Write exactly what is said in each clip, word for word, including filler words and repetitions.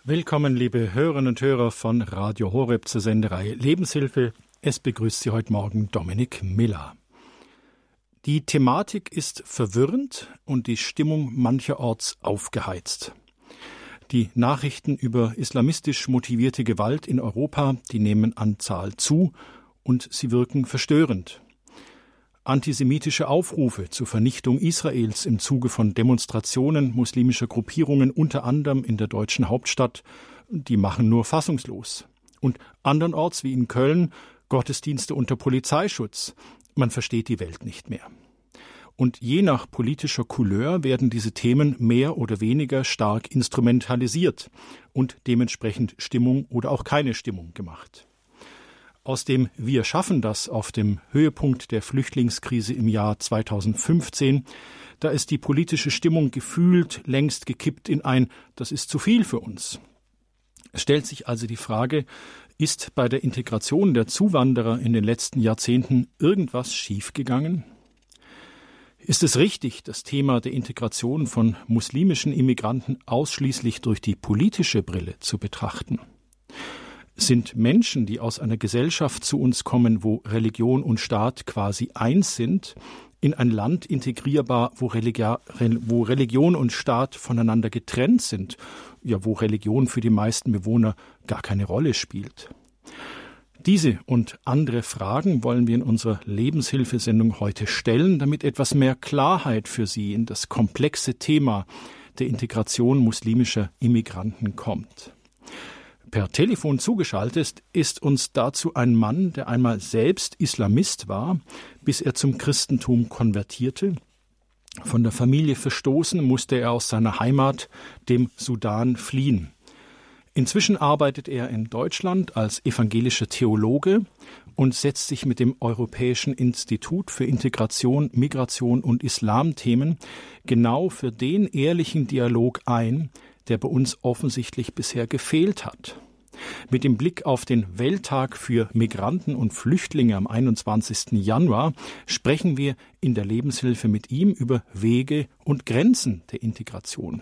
Willkommen, liebe Hörerinnen und Hörer von Radio Horeb zur Sendereihe Lebenshilfe. Es begrüßt Sie heute Morgen Dominik Miller. Die Thematik ist verwirrend und die Stimmung mancherorts aufgeheizt. Die Nachrichten über islamistisch motivierte Gewalt in Europa, die nehmen an Zahl zu und sie wirken verstörend. Antisemitische Aufrufe zur Vernichtung Israels im Zuge von Demonstrationen muslimischer Gruppierungen, unter anderem in der deutschen Hauptstadt, die machen nur fassungslos. Und andernorts, wie in Köln, Gottesdienste unter Polizeischutz. Man versteht die Welt nicht mehr. Und je nach politischer Couleur werden diese Themen mehr oder weniger stark instrumentalisiert und dementsprechend Stimmung oder auch keine Stimmung gemacht. Aus dem Wir schaffen das auf dem Höhepunkt der Flüchtlingskrise im Jahr zweitausendfünfzehn, da ist die politische Stimmung gefühlt längst gekippt in ein Das ist zu viel für uns. Es stellt sich also die Frage, ist bei der Integration der Zuwanderer in den letzten Jahrzehnten irgendwas schiefgegangen? Ist es richtig, das Thema der Integration von muslimischen Immigranten ausschließlich durch die politische Brille zu betrachten? Sind Menschen, die aus einer Gesellschaft zu uns kommen, wo Religion und Staat quasi eins sind, in ein Land integrierbar, wo, Religia, wo Religion und Staat voneinander getrennt sind, ja, wo Religion für die meisten Bewohner gar keine Rolle spielt? Diese und andere Fragen wollen wir in unserer Lebenshilfesendung heute stellen, damit etwas mehr Klarheit für Sie in das komplexe Thema der Integration muslimischer Immigranten kommt. Per Telefon zugeschaltet ist uns dazu ein Mann, der einmal selbst Islamist war, bis er zum Christentum konvertierte. Von der Familie verstoßen musste er aus seiner Heimat, dem Sudan, fliehen. Inzwischen arbeitet er in Deutschland als evangelischer Theologe und setzt sich mit dem Europäischen Institut für Integration, Migration und Islamthemen genau für den ehrlichen Dialog ein, der bei uns offensichtlich bisher gefehlt hat. Mit dem Blick auf den Welttag für Migranten und Flüchtlinge am einundzwanzigsten Januar sprechen wir in der Lebenshilfe mit ihm über Wege und Grenzen der Integration.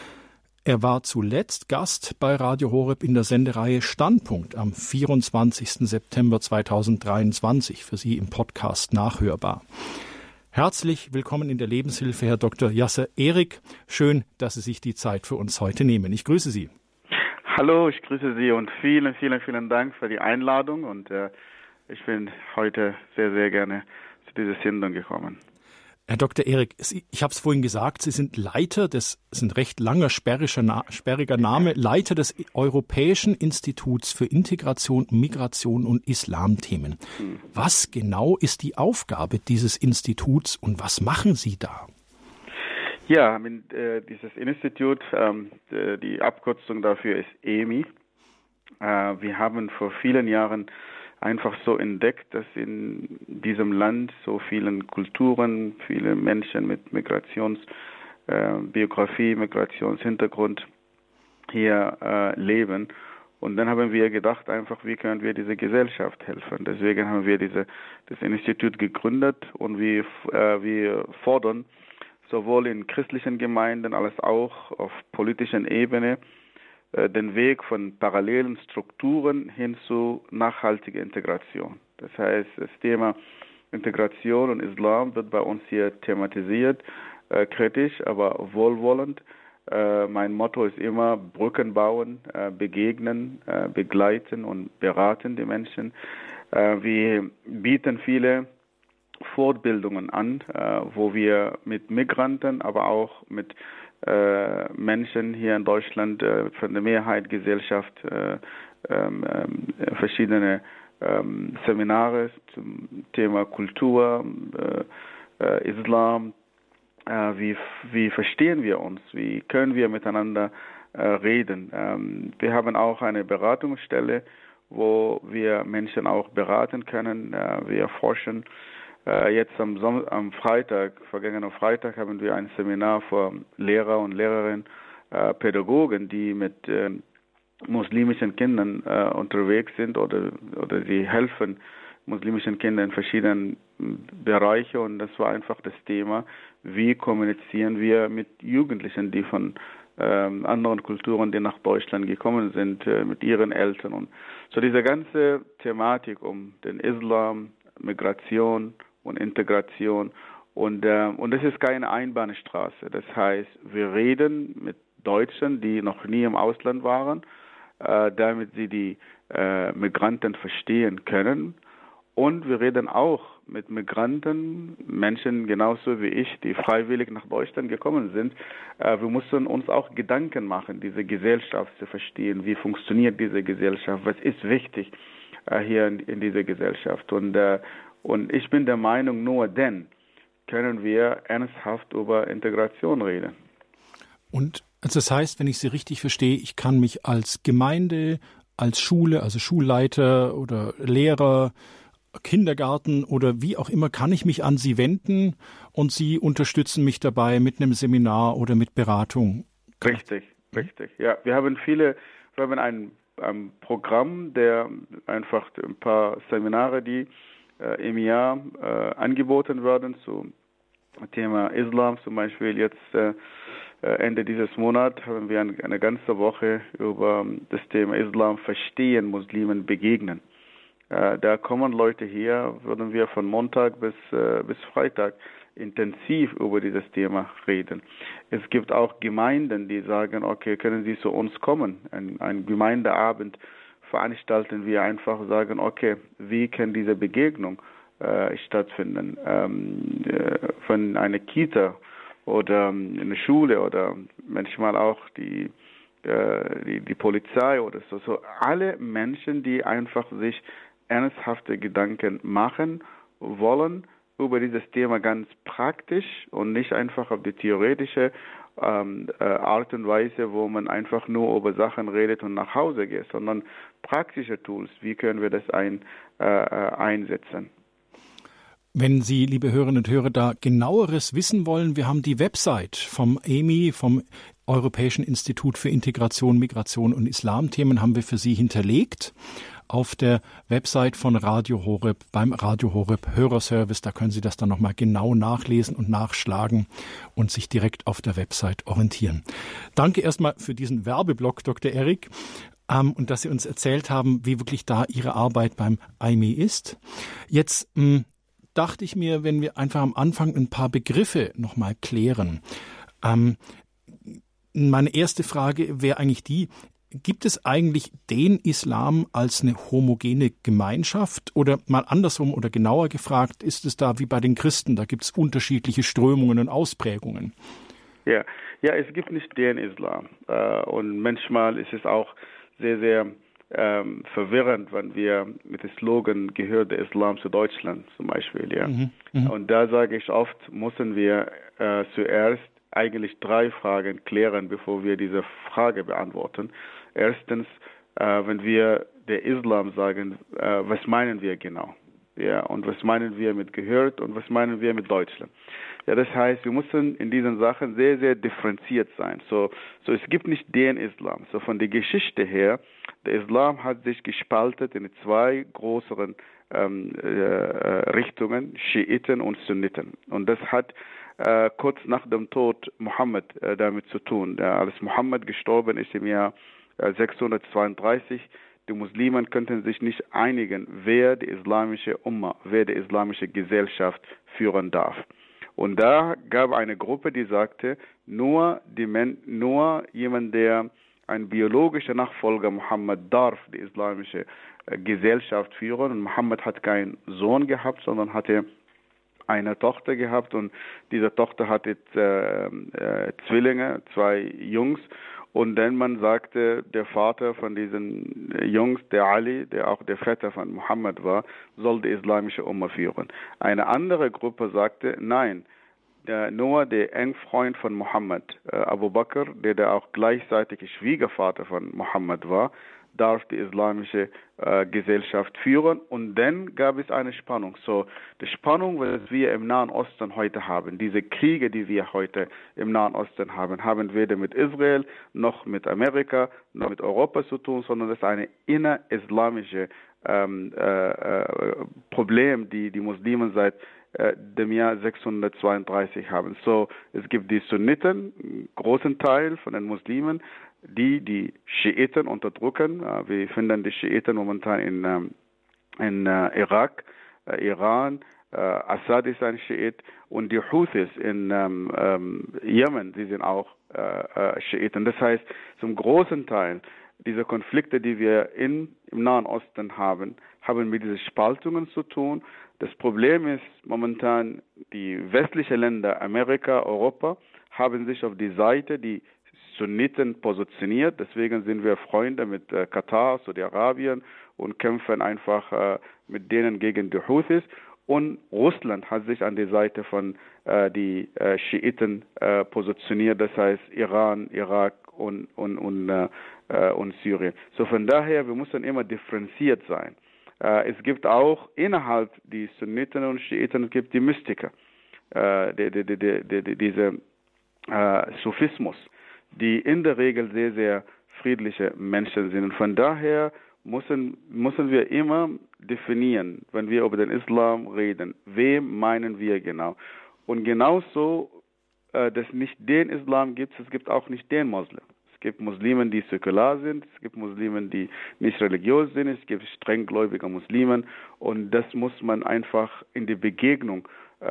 Er war zuletzt Gast bei Radio Horeb in der Sendereihe Standpunkt am vierundzwanzigsten September zweitausenddreiundzwanzig, für Sie im Podcast nachhörbar. Herzlich willkommen in der Lebenshilfe, Herr Doktor Yasser Erik. Schön, dass Sie sich die Zeit für uns heute nehmen. Ich grüße Sie. Hallo, ich grüße Sie und vielen, vielen, vielen Dank für die Einladung. Und äh, ich bin heute sehr, sehr gerne zu dieser Sendung gekommen. Herr Doktor Erik, ich habe es vorhin gesagt, Sie sind Leiter, das ist ein recht langer, sperriger Name, Leiter des Europäischen Instituts für Integration, Migration und Islamthemen. Hm. Was genau ist die Aufgabe dieses Instituts und was machen Sie da? Ja, äh, dieses Institut, ähm, die Abkürzung dafür ist E M I. Äh, wir haben vor vielen Jahren einfach so entdeckt, dass in diesem Land so vielen Kulturen, viele Menschen mit Migrationsbiografie, äh, Migrationshintergrund hier äh, leben. Und dann haben wir gedacht, einfach, wie können wir dieser Gesellschaft helfen? Deswegen haben wir diese, das Institut gegründet und wir, äh, wir fordern sowohl in christlichen Gemeinden als auch auf politischer Ebene den Weg von parallelen Strukturen hin zu nachhaltiger Integration. Das heißt, das Thema Integration und Islam wird bei uns hier thematisiert, äh, kritisch, aber wohlwollend. Äh, mein Motto ist immer Brücken bauen, äh, begegnen, äh, begleiten und beraten die Menschen. Äh, wir bieten viele Fortbildungen an, äh, wo wir mit Migranten, aber auch mit Äh, Menschen hier in Deutschland äh, von der Mehrheit Gesellschaft äh, ähm, äh, verschiedene ähm, Seminare zum Thema Kultur, äh, äh, Islam, äh, wie, wie verstehen wir uns, wie können wir miteinander äh, reden. Ähm, wir haben auch eine Beratungsstelle, wo wir Menschen auch beraten können. Äh, wir forschen. Jetzt am, Som- am Freitag, vergangenen Freitag, haben wir ein Seminar für Lehrer und Lehrerinnen, äh, Pädagogen, die mit äh, muslimischen Kindern äh, unterwegs sind oder, oder sie helfen muslimischen Kindern in verschiedenen Bereichen. Und das war einfach das Thema, wie kommunizieren wir mit Jugendlichen, die von ähm, anderen Kulturen, die nach Deutschland gekommen sind, äh, mit ihren Eltern. Und so diese ganze Thematik um den Islam, Migration und Integration. Und, äh, und das ist keine Einbahnstraße. Das heißt, wir reden mit Deutschen, die noch nie im Ausland waren, äh, damit sie die äh, Migranten verstehen können. Und wir reden auch mit Migranten, Menschen genauso wie ich, die freiwillig nach Deutschland gekommen sind. Äh, wir müssen uns auch Gedanken machen, diese Gesellschaft zu verstehen. Wie funktioniert diese Gesellschaft? Was ist wichtig äh, hier in, in dieser Gesellschaft? Und, äh, und ich bin der Meinung, nur dann können wir ernsthaft über Integration reden. Und also das heißt, wenn ich Sie richtig verstehe, ich kann mich als Gemeinde, als Schule, also Schulleiter oder Lehrer, Kindergarten oder wie auch immer, kann ich mich an Sie wenden und Sie unterstützen mich dabei mit einem Seminar oder mit Beratung. Richtig, richtig. Ja, wir haben viele, wir haben ein, ein Programm, der einfach ein paar Seminare, die äh, im Jahr äh, angeboten werden zum Thema Islam, zum Beispiel jetzt äh, Ende dieses Monats haben wir eine, eine ganze Woche über das Thema Islam verstehen, Muslimen begegnen. Äh, da kommen Leute hier, würden wir von Montag bis, äh, bis Freitag intensiv über dieses Thema reden. Es gibt auch Gemeinden, die sagen, okay, können Sie zu uns kommen? Ein, ein Gemeindeabend veranstalten wir einfach, sagen, okay, wie kann diese Begegnung äh, stattfinden? Ähm, äh, von einer Kita oder eine Schule oder manchmal auch die, äh, die, die Polizei oder so. So alle Menschen, die einfach sich ernsthafte Gedanken machen wollen über dieses Thema ganz praktisch und nicht einfach auf die theoretische ähm, äh, Art und Weise, wo man einfach nur über Sachen redet und nach Hause geht, sondern praktische Tools, wie können wir das ein, äh, einsetzen. Wenn Sie, liebe Hörerinnen und Hörer, da genaueres wissen wollen, wir haben die Website vom E M I, vom Europäischen Institut für Integration, Migration und Islamthemen, haben wir für Sie hinterlegt auf der Website von Radio Horeb, beim Radio Horeb Hörerservice. Da können Sie das dann nochmal genau nachlesen und nachschlagen und sich direkt auf der Website orientieren. Danke erstmal für diesen Werbeblock, Doktor Erik, ähm, und dass Sie uns erzählt haben, wie wirklich da Ihre Arbeit beim E M I ist. Jetzt mh, dachte ich mir, wenn wir einfach am Anfang ein paar Begriffe nochmal klären. Ähm, meine erste Frage wäre eigentlich die, gibt es eigentlich den Islam als eine homogene Gemeinschaft oder mal andersrum oder genauer gefragt, ist es da wie bei den Christen, da gibt es unterschiedliche Strömungen und Ausprägungen? Ja, ja, es gibt nicht den Islam und manchmal ist es auch sehr, sehr ähm, verwirrend, wenn wir mit dem Slogan gehört der Islam zu Deutschland zum Beispiel, ja. Mhm, mh. Und da sage ich oft, müssen wir äh, zuerst eigentlich drei Fragen klären, bevor wir diese Frage beantworten. Erstens, äh, wenn wir der Islam sagen, äh, was meinen wir genau? Ja, und was meinen wir mit gehört und was meinen wir mit Deutschland? Ja, das heißt, wir müssen in diesen Sachen sehr, sehr differenziert sein. So, so es gibt nicht den Islam. So von der Geschichte her, der Islam hat sich gespalten in zwei größeren ähm, äh, Richtungen, Schiiten und Sunniten. Und das hat äh, kurz nach dem Tod Mohammed äh, damit zu tun. Ja, als Mohammed gestorben ist im Jahr äh, sechshundertzweiunddreißig, die Muslimen könnten sich nicht einigen, wer die islamische Umma, wer die islamische Gesellschaft führen darf. Und da gab eine Gruppe, die sagte, nur, die Men- nur jemand, der ein biologischer Nachfolger Mohammed darf die islamische äh, Gesellschaft führen. Und Mohammed hat keinen Sohn gehabt, sondern hatte eine Tochter gehabt. Und diese Tochter hatte äh, äh, Zwillinge, zwei Jungs. Und dann man sagte, der Vater von diesen Jungs, der Ali, der auch der Vetter von Mohammed war, soll die islamische Umma führen. Eine andere Gruppe sagte, nein, der, nur der Engfreund von Mohammed, äh, Abu Bakr, der, der auch gleichzeitig Schwiegervater von Mohammed war, darf die islamische äh, Gesellschaft führen. Und dann gab es eine Spannung. So, die Spannung, was wir im Nahen Osten heute haben, diese Kriege, die wir heute im Nahen Osten haben, haben weder mit Israel noch mit Amerika noch mit Europa zu tun, sondern das ist eine innerislamische ähm, äh, äh, Problem, die die Muslime seit äh, dem Jahr sechshundertzweiunddreißig haben. So, es gibt die Sunniten, einen großen Teil von den Muslimen, die die Schiiten unterdrücken. Äh, wir finden die Schiiten momentan in, ähm, in äh, Irak, äh, Iran, äh, Assad ist ein Schiit und die Houthis in ähm, ähm, Jemen, die sind auch äh, äh, Schiiten. Das heißt, zum großen Teil diese Konflikte, die wir in, im Nahen Osten haben, haben mit diesen Spaltungen zu tun. Das Problem ist momentan, die westlichen Länder, Amerika, Europa, haben sich auf die Seite, die Sunniten positioniert. Deswegen sind wir Freunde mit äh, Katar, Saudi-Arabien und kämpfen einfach äh, mit denen gegen die Houthis. Und Russland hat sich an die Seite von äh, die äh, Schiiten äh, positioniert, das heißt Iran, Irak und, und, und, äh, und Syrien. So von daher, wir müssen immer differenziert sein. Äh, es gibt auch innerhalb die Sunniten und Schiiten, es gibt die Mystiker, äh, die, die, die, die, die, diese äh, Sufismus, die in der Regel sehr, sehr friedliche Menschen sind. Und von daher müssen, müssen wir immer definieren, wenn wir über den Islam reden, wem meinen wir genau. Und genauso, äh, dass es nicht den Islam gibt, es gibt auch nicht den Moslem. Es gibt Muslime, die säkular sind, es gibt Muslime, die nicht religiös sind, es gibt strenggläubige Muslime und das muss man einfach in die Begegnung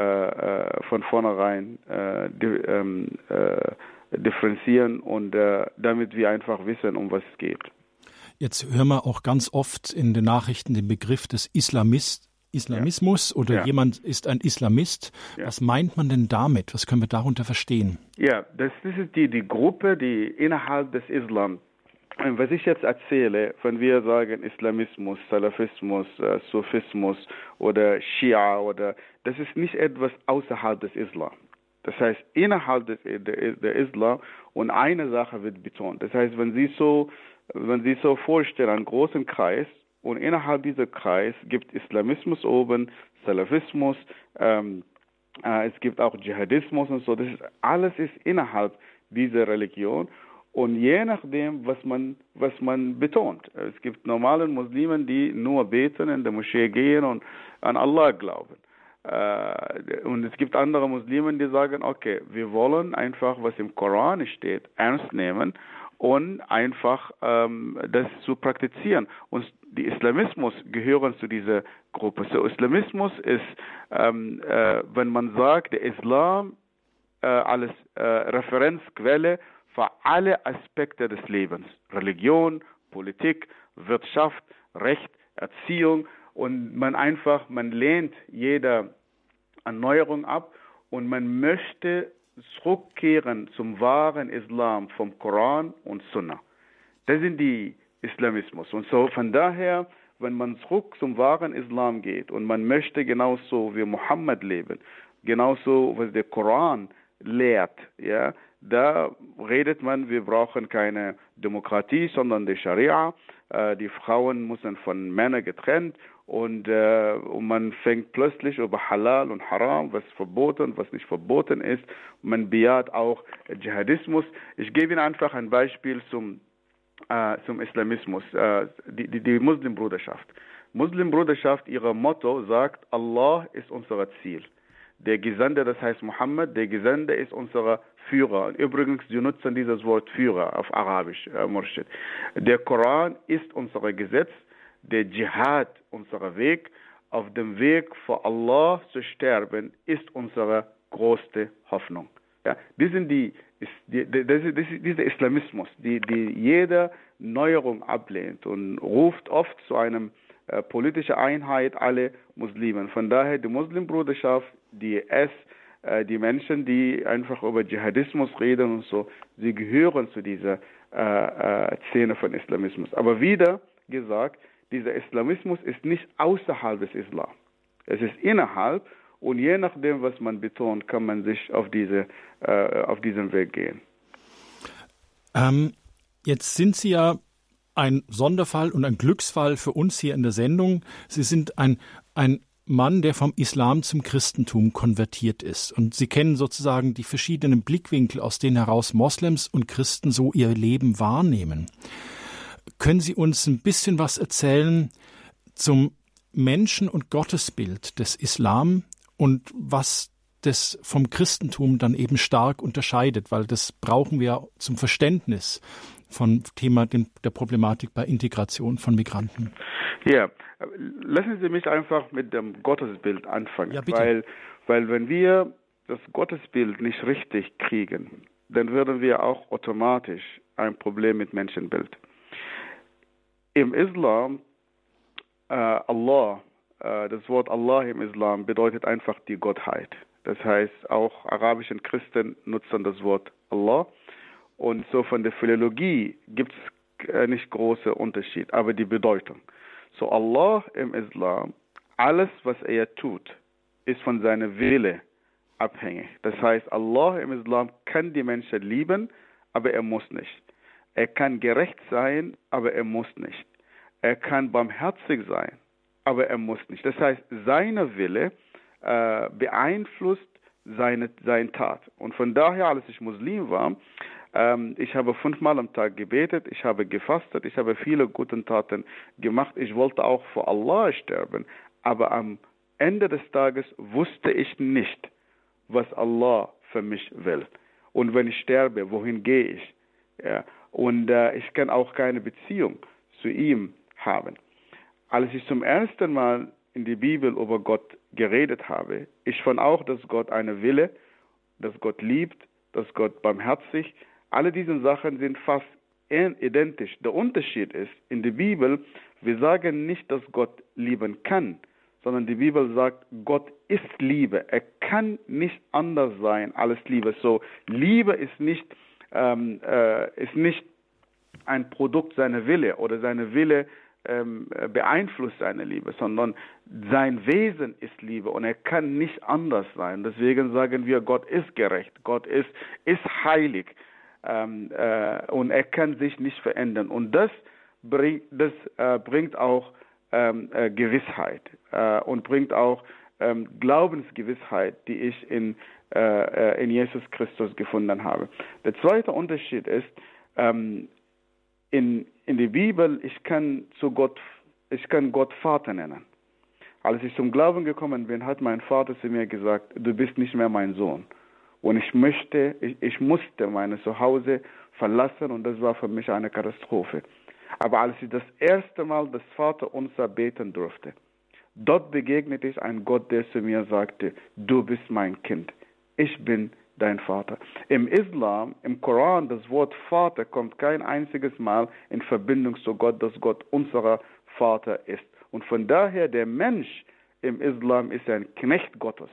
äh, von vornherein äh, di ähm, äh, differenzieren und äh, damit wir einfach wissen, um was es geht. Jetzt hören wir auch ganz oft in den Nachrichten den Begriff des Islamist, Islamismus ja. oder ja. jemand ist ein Islamist. Ja. Was meint man denn damit? Was können wir darunter verstehen? Ja, das, das ist die, die Gruppe, die innerhalb des Islam, was ich jetzt erzähle, wenn wir sagen Islamismus, Salafismus, äh, Sufismus oder Schia, oder das ist nicht etwas außerhalb des Islam. Das heißt, innerhalb des der, der Islam und eine Sache wird betont. Das heißt, wenn Sie so, wenn Sie so vorstellen, einen großen Kreis, und innerhalb dieser Kreis gibt Islamismus oben, Salafismus, ähm, äh, es gibt auch Dschihadismus und so. Das ist, alles ist innerhalb dieser Religion. Und je nachdem, was man, was man betont. Es gibt normale Muslimen, die nur beten, in der Moschee gehen und an Allah glauben. Äh, und es gibt andere Muslimen, die sagen, okay, wir wollen einfach, was im Koran steht, ernst nehmen und einfach ähm, das zu praktizieren. Und die Islamismus gehören zu dieser Gruppe. So Islamismus ist, ähm, äh, wenn man sagt, der Islam äh, als äh, Referenzquelle für alle Aspekte des Lebens. Religion, Politik, Wirtschaft, Recht, Erziehung. Und man einfach, man lehnt jede Erneuerung ab und man möchte zurückkehren zum wahren Islam vom Koran und Sunna. Das sind die Islamismus. Und so von daher, wenn man zurück zum wahren Islam geht und man möchte genauso wie Mohammed leben, genauso was der Koran lehrt, ja, da redet man, wir brauchen keine Demokratie, sondern die Scharia. Äh, die Frauen müssen von Männern getrennt und, äh, und man fängt plötzlich über Halal und Haram, was verboten und was nicht verboten ist. Man bejaht auch Dschihadismus. Ich gebe Ihnen einfach ein Beispiel zum, äh, zum Islamismus, äh, die, die, die Muslimbruderschaft. Muslimbruderschaft, ihr Motto sagt, Allah ist unser Ziel. Der Gesandte, das heißt Mohammed, der Gesandte ist unser Führer. Übrigens, sie nutzen dieses Wort Führer auf Arabisch, äh, Murshid. Der Koran ist unser Gesetz, der Dschihad unser Weg. Auf dem Weg vor Allah zu sterben, ist unsere größte Hoffnung. Ja, das sind die, die, das ist, das ist dieser Islamismus, die, die jede Neuerung ablehnt und ruft oft zu einem äh, politischen Einheit alle Muslimen. Von daher die Muslimbruderschaft, die S, äh, die Menschen, die einfach über Dschihadismus reden und so, sie gehören zu dieser äh, äh, Szene von Islamismus. Aber wieder gesagt, dieser Islamismus ist nicht außerhalb des Islam. Es ist innerhalb und je nachdem, was man betont, kann man sich auf, diese, äh, auf diesen Weg gehen. Ähm, jetzt sind Sie ja ein Sonderfall und ein Glücksfall für uns hier in der Sendung. Sie sind ein, ein Mann, der vom Islam zum Christentum konvertiert ist. Und Sie kennen sozusagen die verschiedenen Blickwinkel, aus denen heraus Moslems und Christen so ihr Leben wahrnehmen. Können Sie uns ein bisschen was erzählen zum Menschen- und Gottesbild des Islam und was das vom Christentum dann eben stark unterscheidet, weil das brauchen wir zum Verständnis von Thema der Problematik bei Integration von Migranten. Ja, lassen Sie mich einfach mit dem Gottesbild anfangen, ja, bitte. weil, weil wenn wir das Gottesbild nicht richtig kriegen, dann würden wir auch automatisch ein Problem mit Menschenbild. Im Islam, äh, Allah, äh, das Wort Allah im Islam bedeutet einfach die Gottheit. Das heißt, auch arabischen Christen nutzen das Wort Allah. Und so von der Philologie gibt es äh, nicht große Unterschied, aber die Bedeutung. So Allah im Islam, alles was er tut, ist von seiner Wille abhängig. Das heißt, Allah im Islam kann die Menschen lieben, aber er muss nicht. Er kann gerecht sein, aber er muss nicht. Er kann barmherzig sein, aber er muss nicht. Das heißt, seine Wille äh, beeinflusst seine, seine Tat. Und von daher, als ich Muslim war, ähm, ich habe fünfmal am Tag gebetet, ich habe gefastet, ich habe viele gute Taten gemacht. Ich wollte auch vor Allah sterben, aber am Ende des Tages wusste ich nicht, was Allah für mich will. Und wenn ich sterbe, wohin gehe ich? Ja, und äh, ich kann auch keine Beziehung zu ihm haben. Als ich zum ersten Mal in die Bibel über Gott geredet habe, ich fand auch, dass Gott eine Wille, dass Gott liebt, dass Gott barmherzig, alle diese Sachen sind fast identisch. Der Unterschied ist, in der Bibel, wir sagen nicht, dass Gott lieben kann, sondern die Bibel sagt, Gott ist Liebe. Er kann nicht anders sein als Liebe. So, Liebe ist nicht, ähm, äh, ist nicht ein Produkt seiner Wille oder seine Wille ähm, beeinflusst seine Liebe, sondern sein Wesen ist Liebe und er kann nicht anders sein. Deswegen sagen wir, Gott ist gerecht, Gott ist, ist heilig ähm, äh, und er kann sich nicht verändern. Und das bringt, das, äh, bringt auch ähm, äh, Gewissheit äh, und bringt auch ähm, Glaubensgewissheit, die ich in, äh, in Jesus Christus gefunden habe. Der zweite Unterschied ist, ähm, In, in der Bibel, ich kann zu Gott, ich kann Gott Vater nennen. Als ich zum Glauben gekommen bin, hat mein Vater zu mir gesagt, du bist nicht mehr mein Sohn. Und ich möchte, ich, ich musste mein Zuhause verlassen und das war für mich eine Katastrophe. Aber als ich das erste Mal das Vaterunser beten durfte, dort begegnete ich einem Gott, der zu mir sagte, du bist mein Kind, ich bin dein Vater. Im Islam, im Koran, das Wort Vater kommt kein einziges Mal in Verbindung zu Gott, dass Gott unser Vater ist. Und von daher, der Mensch im Islam ist ein Knecht Gottes.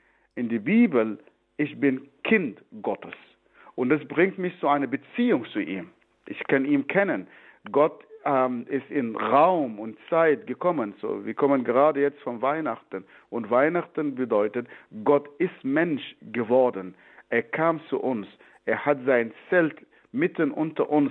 In der Bibel, ich bin Kind Gottes. Und das bringt mich zu einer Beziehung zu ihm. Ich kann ihn kennen. Gott ähm, ist in Raum und Zeit gekommen. So, wir kommen gerade jetzt von Weihnachten. Und Weihnachten bedeutet, Gott ist Mensch geworden. Er kam zu uns. Er hat sein Zelt mitten unter uns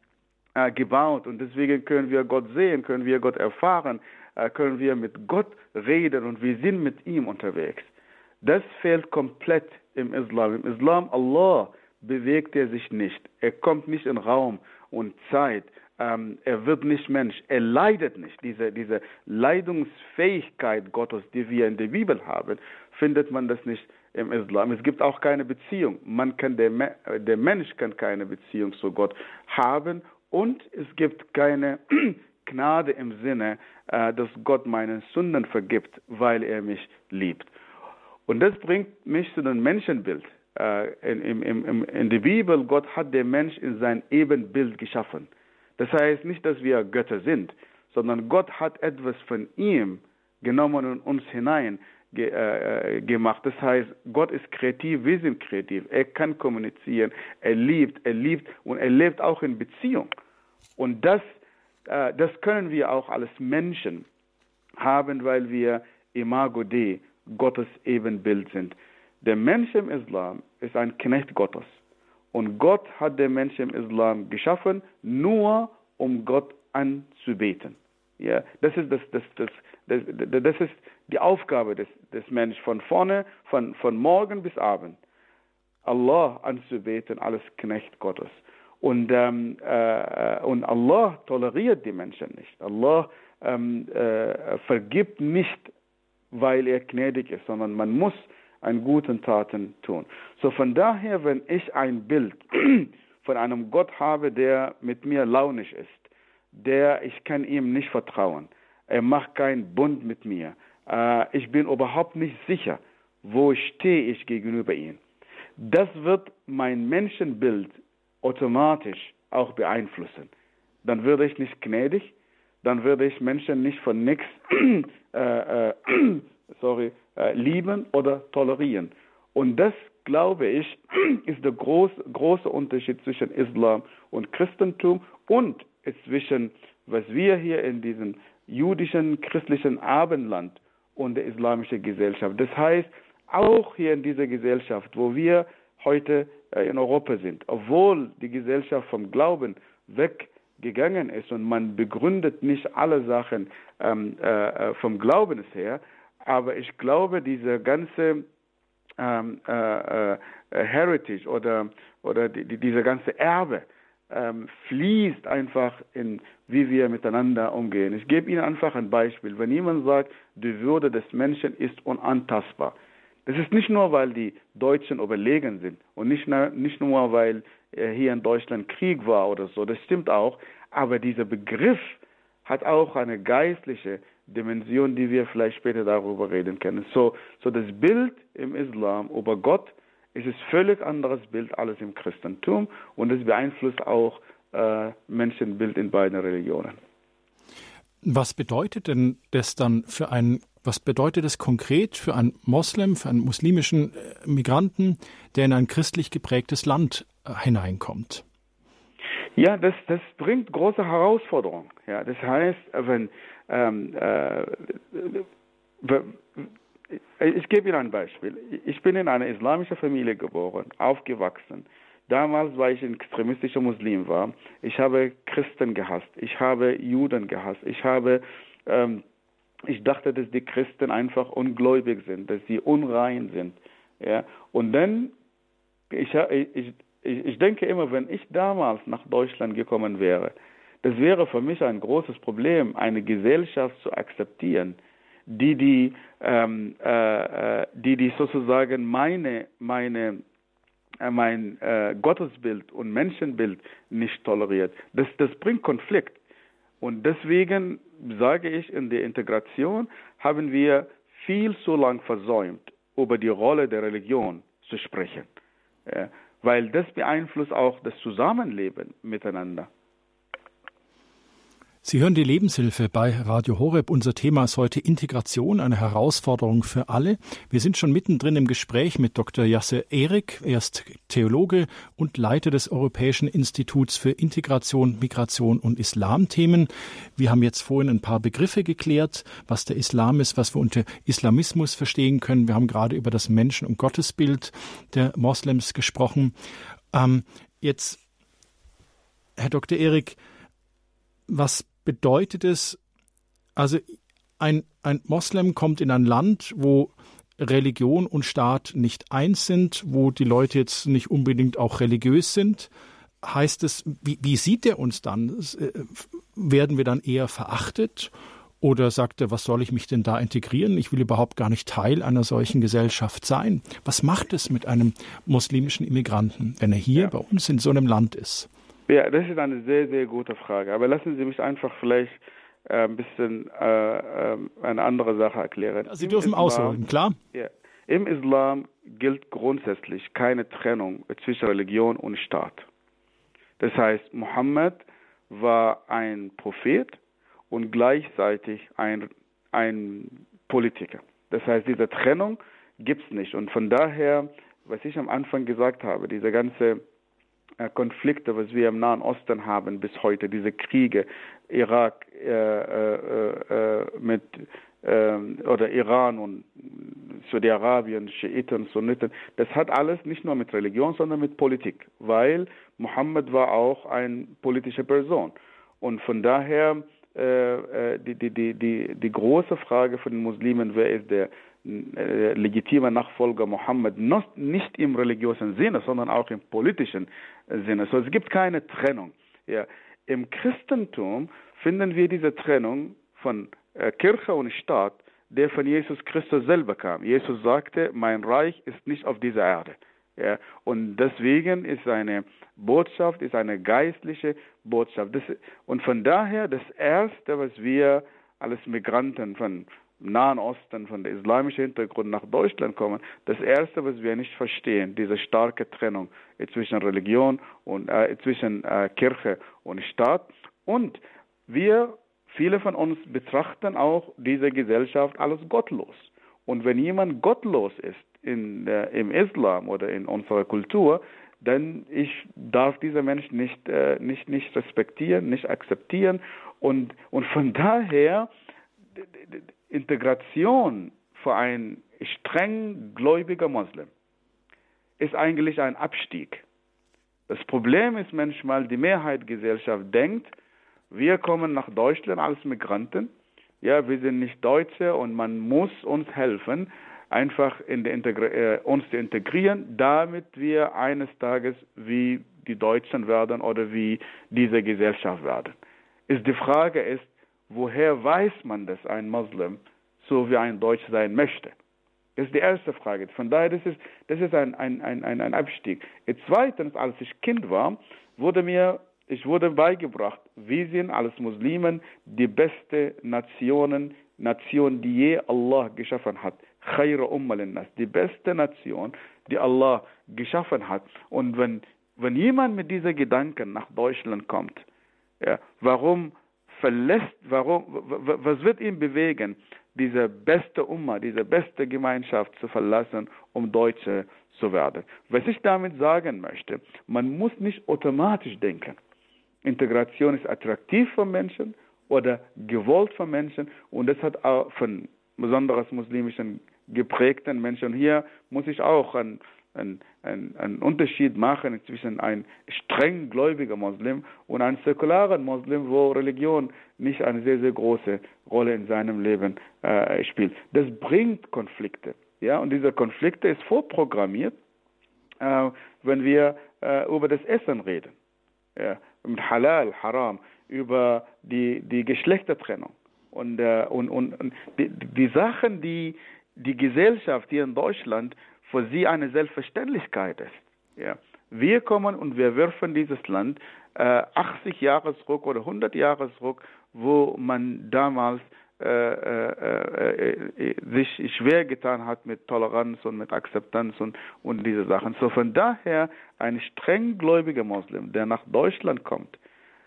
äh, gebaut. Und deswegen können wir Gott sehen, können wir Gott erfahren, äh, können wir mit Gott reden und wir sind mit ihm unterwegs. Das fehlt komplett im Islam. Im Islam, Allah bewegt er sich nicht. Er kommt nicht in Raum und Zeit. Ähm, er wird nicht Mensch. Er leidet nicht. Diese, diese Leidungsfähigkeit Gottes, die wir in der Bibel haben, findet man das nicht im Islam. Es gibt auch keine Beziehung. Man kann der, der Mensch kann keine Beziehung zu Gott haben und es gibt keine Gnade im Sinne, äh, dass Gott meinen Sünden vergibt, weil er mich liebt. Und das bringt mich zu dem Menschenbild. Äh, in, in, in, in der Bibel, Gott hat den Mensch in sein Ebenbild geschaffen. Das heißt nicht, dass wir Götter sind, sondern Gott hat etwas von ihm genommen und uns hinein ge, äh, gemacht. Das heißt, Gott ist kreativ, wir sind kreativ. Er kann kommunizieren, er liebt, er liebt und er lebt auch in Beziehung. Und das, äh, das können wir auch als Menschen haben, weil wir Imago Dei, Gottes Ebenbild sind. Der Mensch im Islam ist ein Knecht Gottes. Und Gott hat den Menschen im Islam geschaffen, nur um Gott anzubeten. Ja, das ist, das, das, das, das, das ist die Aufgabe des, des Menschen, von vorne, von, von morgen bis abend. Allah anzubeten als Knecht Gottes. Und, ähm, äh, und Allah toleriert die Menschen nicht. Allah ähm, äh, vergibt nicht, weil er gnädig ist, sondern man muss einen guten Taten tun. So von daher, wenn ich ein Bild von einem Gott habe, der mit mir launisch ist, der ich kann ihm nicht vertrauen, er macht keinen Bund mit mir, äh, ich bin überhaupt nicht sicher, wo stehe ich gegenüber ihm. Das wird mein Menschenbild automatisch auch beeinflussen. Dann würde ich nicht gnädig, dann würde ich Menschen nicht von nichts äh, äh, sorry, äh, lieben oder tolerieren. Und das, glaube ich, ist der groß, große Unterschied zwischen Islam und Christentum und zwischen, was wir hier in diesem jüdischen, christlichen Abendland und der islamischen Gesellschaft. Das heißt, auch hier in dieser Gesellschaft, wo wir heute äh, in Europa sind, obwohl die Gesellschaft vom Glauben weggegangen ist und man begründet nicht alle Sachen ähm, äh, vom Glauben her, aber ich glaube, diese ganze ähm, äh, äh, Heritage oder, oder die, die, diese ganze Erbe ähm, fließt einfach in, wie wir miteinander umgehen. Ich gebe Ihnen einfach ein Beispiel. Wenn jemand sagt, die Würde des Menschen ist unantastbar, das ist nicht nur, weil die Deutschen überlegen sind und nicht nur, nicht nur weil äh, hier in Deutschland Krieg war oder so, das stimmt auch, aber dieser Begriff hat auch eine geistliche Dimension, die wir vielleicht später darüber reden können. So, so das Bild im Islam über Gott ist ein völlig anderes Bild als im Christentum und es beeinflusst auch äh, Menschenbild in beiden Religionen. Was bedeutet denn das dann für einen, was bedeutet es konkret für einen Moslem, für einen muslimischen Migranten, der in ein christlich geprägtes Land äh, hineinkommt? Ja, das, das bringt große Herausforderungen. Ja, das heißt, wenn ähm, äh, ich gebe Ihnen ein Beispiel. Ich bin in einer islamischen Familie geboren, aufgewachsen. Damals, weil ich ein extremistischer Muslim war, ich habe Christen gehasst, ich habe Juden gehasst, ich habe, ähm, ich dachte, dass die Christen einfach ungläubig sind, dass sie unrein sind. Ja, und dann, ich, ich, ich denke immer, wenn ich damals nach Deutschland gekommen wäre, das wäre für mich ein großes Problem, eine Gesellschaft zu akzeptieren, die die, ähm, äh, die, die sozusagen meine, meine, äh, mein äh, Gottesbild und Menschenbild nicht toleriert. Das, das bringt Konflikt. Und deswegen sage ich, in der Integration haben wir viel zu lang versäumt, über die Rolle der Religion zu sprechen. Ja, weil das beeinflusst auch das Zusammenleben miteinander. Sie hören die Lebenshilfe bei Radio Horeb. Unser Thema ist heute Integration, eine Herausforderung für alle. Wir sind schon mittendrin im Gespräch mit Doktor Yasser Erik. Er ist Theologe und Leiter des Europäischen Instituts für Integration, Migration und Islamthemen. Wir haben jetzt vorhin ein paar Begriffe geklärt, was der Islam ist, was wir unter Islamismus verstehen können. Wir haben gerade über das Menschen- und Gottesbild der Moslems gesprochen. Ähm, jetzt, Herr Doktor Erik, was bedeutet es, also ein, ein Moslem kommt in ein Land, wo Religion und Staat nicht eins sind, wo die Leute jetzt nicht unbedingt auch religiös sind. Heißt es, wie, wie sieht er uns dann? Werden wir dann eher verachtet? Oder sagt er, was soll ich mich denn da integrieren? Ich will überhaupt gar nicht Teil einer solchen Gesellschaft sein. Was macht es mit einem muslimischen Immigranten, wenn er hier ja. bei uns in so einem Land ist? Ja, das ist eine sehr, sehr gute Frage. Aber lassen Sie mich einfach vielleicht äh, ein bisschen äh, äh, eine andere Sache erklären. Sie Im dürfen Islam, ausholen, klar. Ja, im Islam gilt grundsätzlich keine Trennung zwischen Religion und Staat. Das heißt, Mohammed war ein Prophet und gleichzeitig ein, ein Politiker. Das heißt, diese Trennung gibt es nicht. Und von daher, was ich am Anfang gesagt habe, diese ganze Konflikte, was wir im Nahen Osten haben bis heute, diese Kriege, Irak äh, äh, äh, mit äh, oder Iran und Saudi-Arabien, Schiiten, Sunniten, das hat alles nicht nur mit Religion, sondern mit Politik, weil Mohammed war auch eine politische Person. Und von daher äh, die, die, die, die, die große Frage von den Muslimen, wer ist der äh, legitime Nachfolger Mohammed, nicht im religiösen Sinne, sondern auch im politischen Sinne. So, es gibt keine Trennung. Ja. Im Christentum finden wir diese Trennung von äh, Kirche und Staat der von Jesus Christus selber kam. Jesus sagte, mein Reich ist nicht auf dieser Erde. Ja, und deswegen ist seine Botschaft, ist eine geistliche Botschaft. Das, und von daher, das Erste, was wir als Migranten von Nahen Osten, von der islamischen Hintergrund nach Deutschland kommen, das Erste, was wir nicht verstehen, diese starke Trennung zwischen Religion und äh, zwischen äh, Kirche und Staat. Und wir, viele von uns betrachten auch diese Gesellschaft als gottlos. Und wenn jemand gottlos ist in, äh, im Islam oder in unserer Kultur, dann ich darf dieser Mensch nicht, äh, nicht, nicht respektieren, nicht akzeptieren. Und, und von daher, Integration für einen streng gläubiger Muslim ist eigentlich ein Abstieg. Das Problem ist manchmal, die Mehrheit der Gesellschaft denkt, wir kommen nach Deutschland als Migranten, ja, wir sind nicht Deutsche und man muss uns helfen, einfach in die Integri- äh, uns zu integrieren, damit wir eines Tages wie die Deutschen werden oder wie diese Gesellschaft werden. Ist die Frage ist, woher weiß man, dass ein Muslim so wie ein Deutscher sein möchte? Das ist die erste Frage. Von daher, das ist, das ist ein, ein, ein, ein, ein Abstieg. Zweitens, als ich Kind war, wurde mir, ich wurde beigebracht, wir sind als Muslimen die beste Nationen, Nation, die je Allah geschaffen hat. Khayra Umma linnas, die beste Nation, die Allah geschaffen hat. Und wenn, wenn jemand mit diesen Gedanken nach Deutschland kommt, ja, warum verlässt, warum, was wird ihn bewegen, diese beste Umma, diese beste Gemeinschaft zu verlassen, um Deutsche zu werden? Was ich damit sagen möchte, man muss nicht automatisch denken, Integration ist attraktiv für Menschen oder gewollt von Menschen, und das hat auch von besonders muslimischen geprägten Menschen. Und hier muss ich auch einen, einen, einen Unterschied machen zwischen einem streng gläubigen Muslim und einem säkularen Muslim, wo Religion nicht eine sehr, sehr große Rolle in seinem Leben äh, spielt. Das bringt Konflikte. Ja? Und diese Konflikte ist vorprogrammiert, äh, wenn wir äh, über das Essen reden. Ja? Mit Halal, Haram, über die, die Geschlechtertrennung. Und, äh, und, und, und die, die Sachen, die die Gesellschaft hier in Deutschland für sie eine Selbstverständlichkeit ist. Ja. Wir kommen und wir werfen dieses Land äh, achtzig Jahre zurück oder hundert Jahre zurück, wo man damals äh, äh, äh, sich schwer getan hat mit Toleranz und mit Akzeptanz und, und diese Sachen. So von daher ein strenggläubiger Muslim, der nach Deutschland kommt,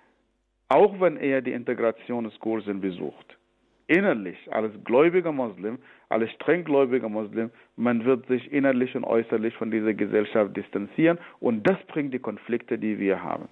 auch wenn er die Integrationskurse besucht, innerlich als gläubiger Muslim, als strenggläubiger Muslim, man wird sich innerlich und äußerlich von dieser Gesellschaft distanzieren, und das bringt die Konflikte, die wir haben.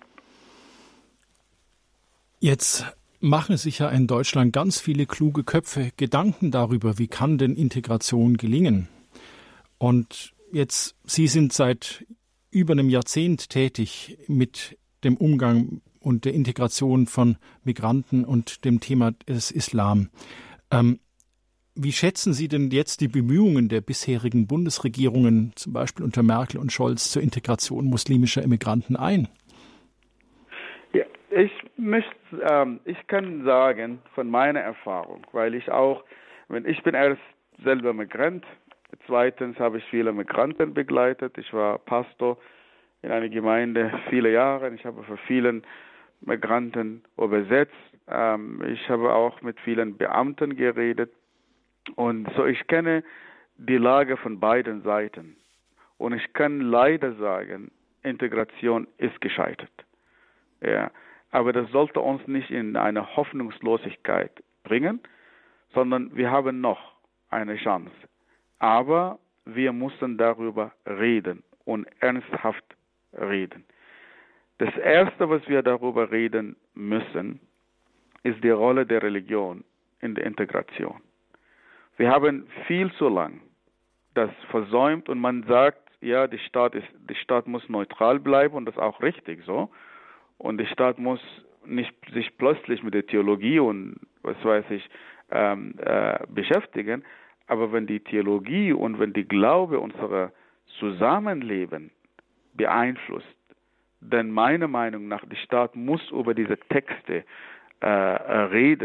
Jetzt machen sich ja in Deutschland ganz viele kluge Köpfe Gedanken darüber, wie kann denn Integration gelingen? Und jetzt, Sie sind seit über einem Jahrzehnt tätig mit dem Umgang und der Integration von Migranten und dem Thema des Islam. Ähm, wie schätzen Sie denn jetzt die Bemühungen der bisherigen Bundesregierungen, zum Beispiel unter Merkel und Scholz, zur Integration muslimischer Immigranten ein? Ja, ich möchte, ähm, ich kann sagen von meiner Erfahrung, weil ich auch, wenn ich bin erst selber Migrant, zweitens habe ich viele Migranten begleitet. Ich war Pastor in einer Gemeinde viele Jahre. Ich habe für vielen Migranten übersetzt. Ähm, ich habe auch mit vielen Beamten geredet. Und so, ich kenne die Lage von beiden Seiten. Und ich kann leider sagen, Integration ist gescheitert. Ja. Aber das sollte uns nicht in eine Hoffnungslosigkeit bringen, sondern wir haben noch eine Chance. Aber wir müssen darüber reden und ernsthaft reden. Das Erste, was wir darüber reden müssen, ist die Rolle der Religion in der Integration. Wir haben viel zu lang das versäumt, und man sagt, ja, die Staat ist, die Staat muss neutral bleiben, und das ist auch richtig so. Und der Staat muss nicht sich plötzlich mit der Theologie und was weiß ich ähm, äh, beschäftigen. Aber wenn die Theologie und wenn die Glaube unser Zusammenleben beeinflusst, dann meiner Meinung nach, der Staat muss über diese Texte äh, reden,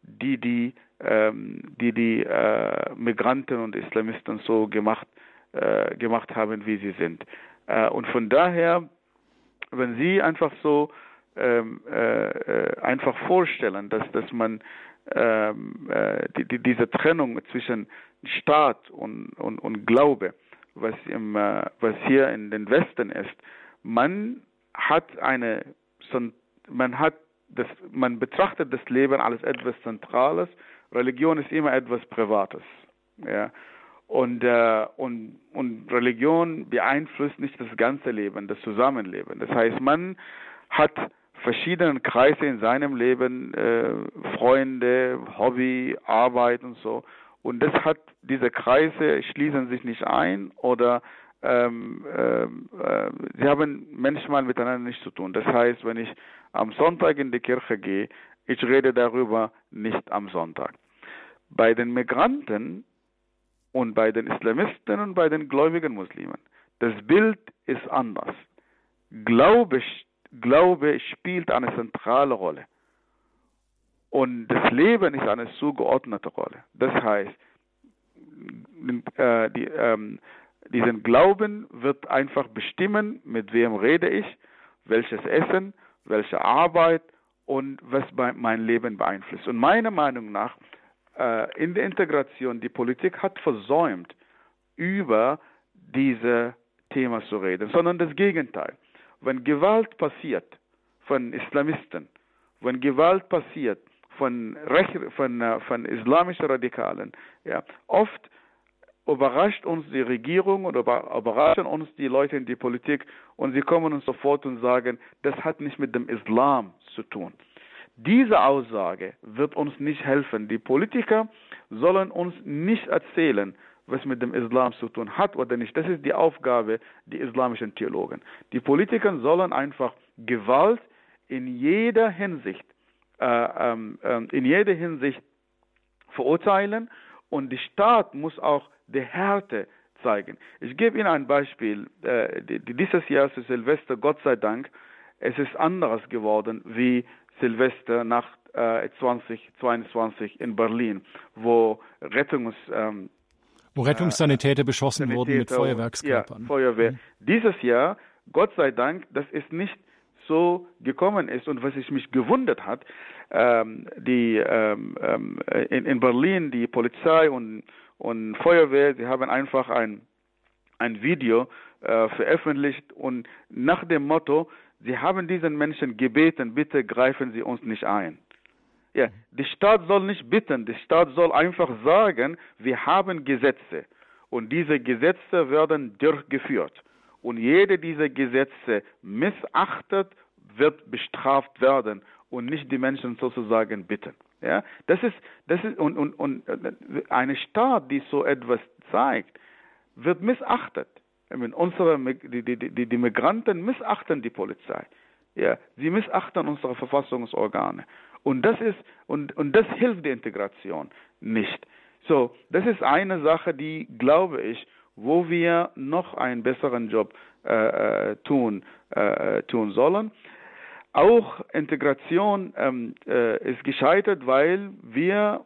die die, ähm, die, die äh, Migranten und Islamisten so gemacht, äh, gemacht haben, wie sie sind. Äh, und von daher, wenn Sie einfach so ähm, äh, einfach vorstellen, dass, dass man ähm, äh, die, die, diese Trennung zwischen Staat und, und, und Glaube, was, im, äh, was hier in den Westen ist, man hat eine, man hat das, man betrachtet das Leben als etwas Zentrales. Religion ist immer etwas Privates, ja. Und, äh, und, und Religion beeinflusst nicht das ganze Leben, das Zusammenleben. Das heißt, man hat verschiedene Kreise in seinem Leben, äh, Freunde, Hobby, Arbeit und so. Und das hat, diese Kreise schließen sich nicht ein oder ähm, äh, sie haben manchmal miteinander nichts zu tun. Das heißt, wenn ich am Sonntag in die Kirche gehe, ich rede darüber nicht am Sonntag. Bei den Migranten und bei den Islamisten und bei den gläubigen Muslimen, das Bild ist anders. Glaube, Glaube spielt eine zentrale Rolle. Und das Leben ist eine zugeordnete Rolle. Das heißt, äh, die, ähm, diesen Glauben wird einfach bestimmen, mit wem rede ich, welches Essen, welche Arbeit und was mein Leben beeinflusst. Und meiner Meinung nach, äh, in der Integration, die Politik hat versäumt, über diese Thema zu reden, sondern das Gegenteil. Wenn Gewalt passiert von Islamisten, wenn Gewalt passiert von, Rech von, äh, von islamischen Radikalen, ja, oft überrascht uns die Regierung oder überraschen uns die Leute in die Politik und sie kommen uns sofort und sagen, das hat nicht mit dem Islam zu tun. Diese Aussage wird uns nicht helfen. Die Politiker sollen uns nicht erzählen, was mit dem Islam zu tun hat oder nicht. Das ist die Aufgabe der islamischen Theologen. Die Politiker sollen einfach Gewalt in jeder Hinsicht, äh, äh, in jeder Hinsicht verurteilen und der Staat muss auch die Härte zeigen. Ich gebe Ihnen ein Beispiel. Äh, dieses Jahr zu Silvester, Gott sei Dank, es ist anders geworden wie Silvester nach äh, zweitausendzweiundzwanzig in Berlin, wo Rettungs... Ähm, wo Rettungssanitäter äh, beschossen Sanitäter wurden mit Feuerwerkskörpern. Ja, Feuerwehr. Mhm. Dieses Jahr, Gott sei Dank, dass es nicht so gekommen ist und was sich mich gewundert hat, ähm, die ähm, in, in Berlin, die Polizei und Und Feuerwehr, sie haben einfach ein, ein Video äh, veröffentlicht und nach dem Motto, sie haben diesen Menschen gebeten, bitte greifen Sie uns nicht ein. Ja, der Staat soll nicht bitten, der Staat soll einfach sagen, wir haben Gesetze und diese Gesetze werden durchgeführt. Und jede dieser Gesetze missachtet, wird bestraft werden und nicht die Menschen sozusagen bitten. Ja, das ist, das ist, und, und, und eine Staat, die so etwas zeigt, wird missachtet. Ich meine, unsere, die, die, die, die Migranten missachten die Polizei. Ja, sie missachten unsere Verfassungsorgane. Und das ist, und, und das hilft der Integration nicht. So, das ist eine Sache, die, glaube ich, wo wir noch einen besseren Job äh, tun, äh, tun sollen. Auch Integration ähm, äh, ist gescheitert, weil wir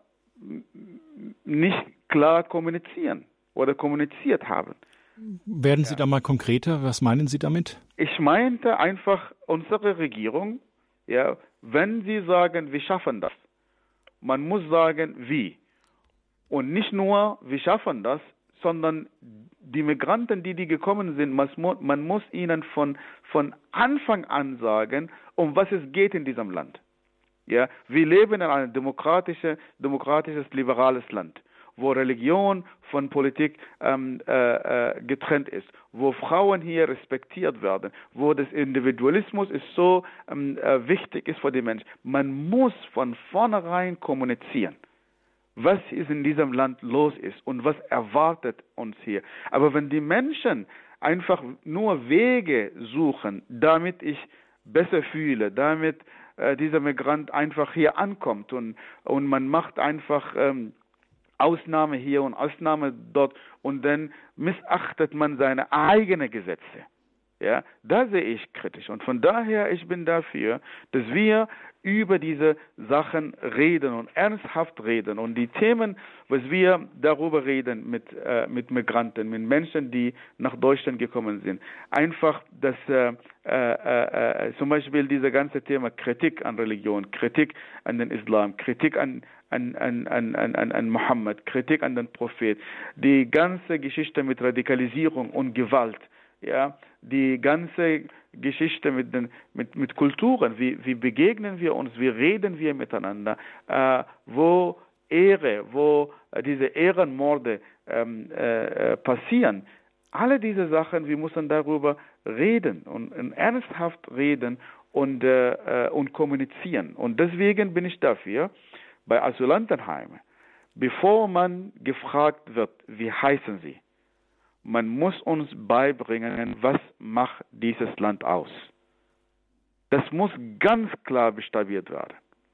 nicht klar kommunizieren oder kommuniziert haben. Werden Sie ja. da mal konkreter? Was meinen Sie damit? Ich meinte einfach unsere Regierung, ja, wenn sie sagen, wir schaffen das, man muss sagen, wie. Und nicht nur, wir schaffen das, sondern die Migranten, die, die gekommen sind, man muss ihnen von, von Anfang an sagen, um was es geht in diesem Land. Ja, wir leben in einem demokratisches, demokratisches, liberales Land, wo Religion von Politik ähm, äh, getrennt ist, wo Frauen hier respektiert werden, wo das Individualismus ist so ähm, äh, wichtig ist für die Menschen. Man muss von vornherein kommunizieren, was ist in diesem Land los ist und was erwartet uns hier. Aber wenn die Menschen einfach nur Wege suchen, damit ich besser fühle, damit äh, dieser Migrant einfach hier ankommt und, und man macht einfach ähm, Ausnahme hier und Ausnahme dort und dann missachtet man seine eigenen Gesetze. Ja, da sehe ich kritisch. Und von daher, ich bin dafür, dass wir über diese Sachen reden und ernsthaft reden. Und die Themen, was wir darüber reden mit, äh, mit Migranten, mit Menschen, die nach Deutschland gekommen sind, einfach, dass äh, äh, äh, zum Beispiel dieses ganze Thema Kritik an Religion, Kritik an den Islam, Kritik an An, an, an, an, an Mohammed, Kritik an den Prophet, die ganze Geschichte mit Radikalisierung und Gewalt, ja, die ganze Geschichte mit den mit, mit Kulturen, wie, wie begegnen wir uns, wie reden wir miteinander, äh, wo Ehre, wo äh, diese Ehrenmorde ähm, äh, passieren. Alle diese Sachen, wir müssen darüber reden und, und ernsthaft reden und, äh, und kommunizieren. Und deswegen bin ich dafür, bei Asylantenheimen, bevor man gefragt wird, wie heißen sie, man muss uns beibringen, was macht dieses Land aus. Das muss ganz klar buchstabiert werden.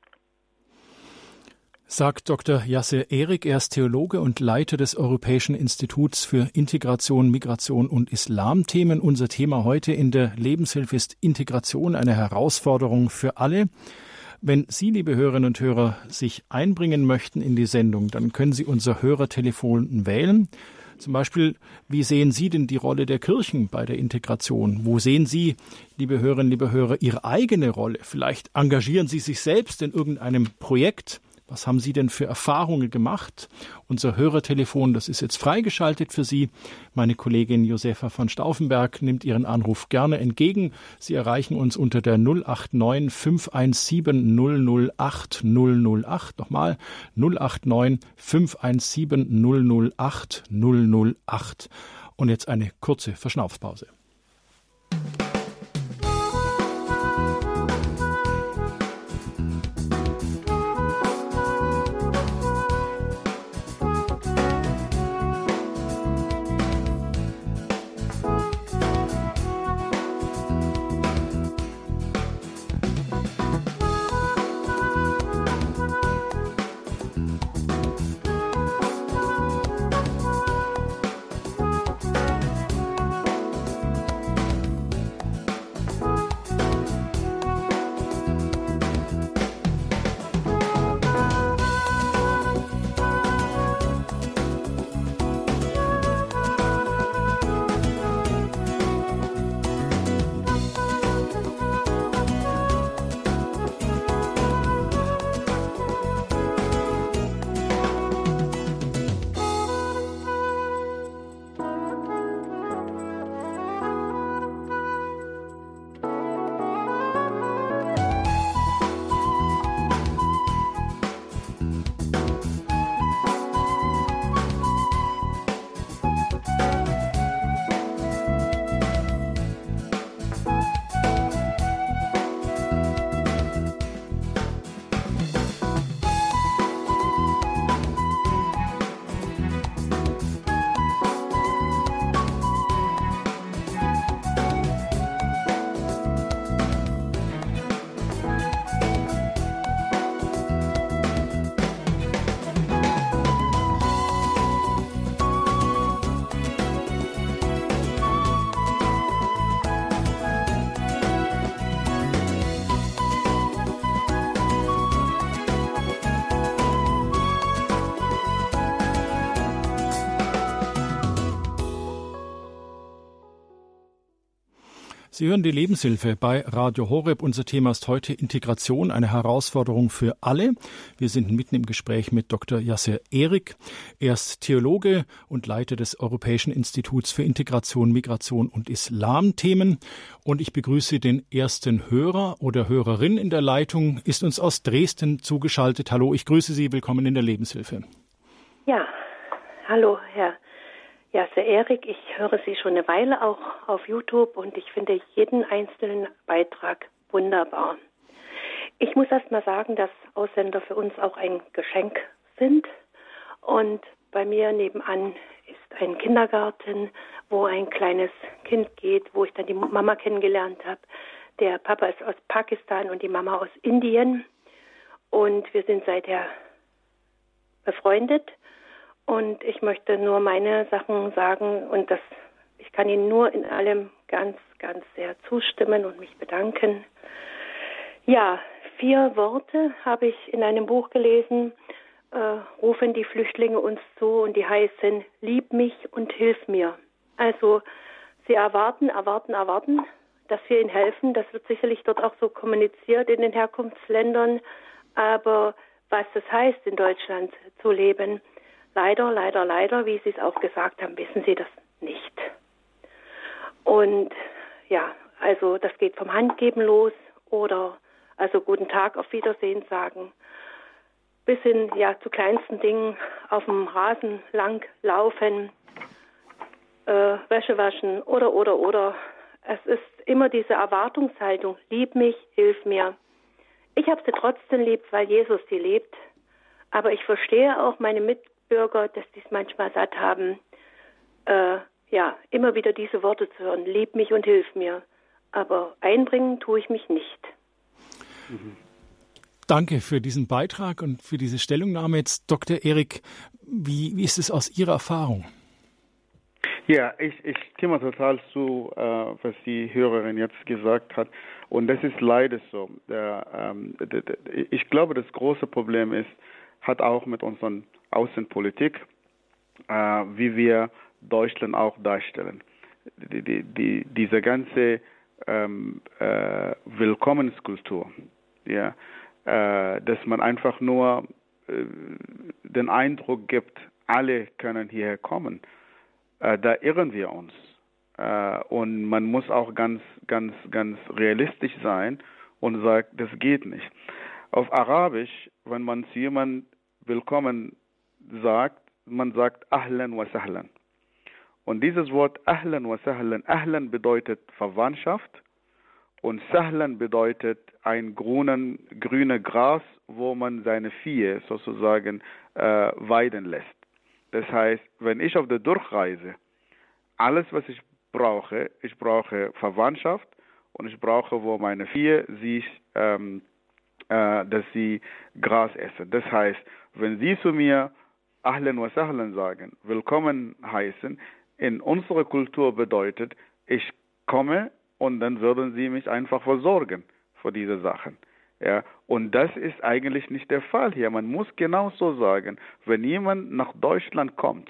Sagt Doktor Yasser Erik, er ist Theologe und Leiter des Europäischen Instituts für Integration, Migration und Islamthemen. Unser Thema heute in der Lebenshilfe ist Integration, eine Herausforderung für alle. Wenn Sie, liebe Hörerinnen und Hörer, sich einbringen möchten in die Sendung, dann können Sie unser Hörertelefon wählen. Zum Beispiel, wie sehen Sie denn die Rolle der Kirchen bei der Integration? Wo sehen Sie, liebe Hörerinnen, liebe Hörer, Ihre eigene Rolle? Vielleicht engagieren Sie sich selbst in irgendeinem Projekt. Was haben Sie denn für Erfahrungen gemacht? Unser Hörertelefon, das ist jetzt freigeschaltet für Sie. Meine Kollegin Josefa von Stauffenberg nimmt Ihren Anruf gerne entgegen. Sie erreichen uns unter der null acht neun fünf eins sieben null null acht null null acht. Nochmal null acht neun fünf eins sieben null null acht null null acht. Und jetzt eine kurze Verschnaufpause. Sie hören die Lebenshilfe bei Radio Horeb. Unser Thema ist heute Integration, eine Herausforderung für alle. Wir sind mitten im Gespräch mit Doktor Yasser Erik. Er ist Theologe und Leiter des Europäischen Instituts für Integration, Migration und Islamthemen. Und ich begrüße den ersten Hörer oder Hörerin in der Leitung, ist uns aus Dresden zugeschaltet. Hallo, ich grüße Sie, willkommen in der Lebenshilfe. Ja, hallo Herr Yasser Erik, ich höre Sie schon eine Weile auch auf YouTube und ich finde jeden einzelnen Beitrag wunderbar. Ich muss erst mal sagen, dass Ausländer für uns auch ein Geschenk sind. Und bei mir nebenan ist ein Kindergarten, wo ein kleines Kind geht, wo ich dann die Mama kennengelernt habe. Der Papa ist aus Pakistan und die Mama aus Indien. Und wir sind seither befreundet. Und ich möchte nur meine Sachen sagen und das ich kann Ihnen nur in allem ganz, ganz sehr zustimmen und mich bedanken. Ja, vier Worte habe ich in einem Buch gelesen, äh, rufen die Flüchtlinge uns zu und die heißen, lieb mich und hilf mir. Also sie erwarten, erwarten, erwarten, dass wir ihnen helfen. Das wird sicherlich dort auch so kommuniziert in den Herkunftsländern. Aber was das heißt, in Deutschland zu leben, leider, leider, leider, wie Sie es auch gesagt haben, wissen sie das nicht. Und ja, also das geht vom Handgeben los oder also guten Tag, auf Wiedersehen sagen, bis hin ja, zu kleinsten Dingen auf dem Rasen lang laufen, äh, Wäsche waschen oder, oder, oder. Es ist immer diese Erwartungshaltung, lieb mich, hilf mir. Ich habe sie trotzdem lieb, weil Jesus sie liebt. Aber ich verstehe auch meine Mitbürger, dass die es manchmal satt haben, äh, ja, immer wieder diese Worte zu hören, lieb mich und hilf mir. Aber einbringen tue ich mich nicht. Mhm. Danke für diesen Beitrag und für diese Stellungnahme. Jetzt, Doktor Erik, wie, wie ist es aus Ihrer Erfahrung? Ja, ich, ich stimme total zu, äh, was die Hörerin jetzt gesagt hat. Und das ist leider so. Der, ähm, der, der, ich glaube, das große Problem ist, hat auch mit unserer Außenpolitik, äh, wie wir Deutschland auch darstellen. Die, die, die, diese ganze ähm, äh, Willkommenskultur, ja, äh, dass man einfach nur äh, den Eindruck gibt, alle können hierher kommen. Äh, da irren wir uns. Äh, und man muss auch ganz, ganz, ganz realistisch sein und sagt, das geht nicht. Auf Arabisch, wenn man zu jemandem willkommen sagt, man sagt Ahlan wa Sahlan. Und dieses Wort Ahlan wa Sahlan, Ahlan bedeutet Verwandtschaft und Sahlan bedeutet ein grünen, grüne Gras, wo man seine Vieh sozusagen äh, weiden lässt. Das heißt, wenn ich auf der Durchreise, alles, was ich brauche, ich brauche Verwandtschaft und ich brauche, wo meine Vieh sich, ähm, äh, dass sie Gras essen. Das heißt, wenn Sie zu mir Ahlan wa Sahlan sagen, willkommen heißen, in unserer Kultur bedeutet, ich komme und dann würden Sie mich einfach versorgen für diese Sachen. Ja, und das ist eigentlich nicht der Fall hier. Man muss genauso sagen, wenn jemand nach Deutschland kommt,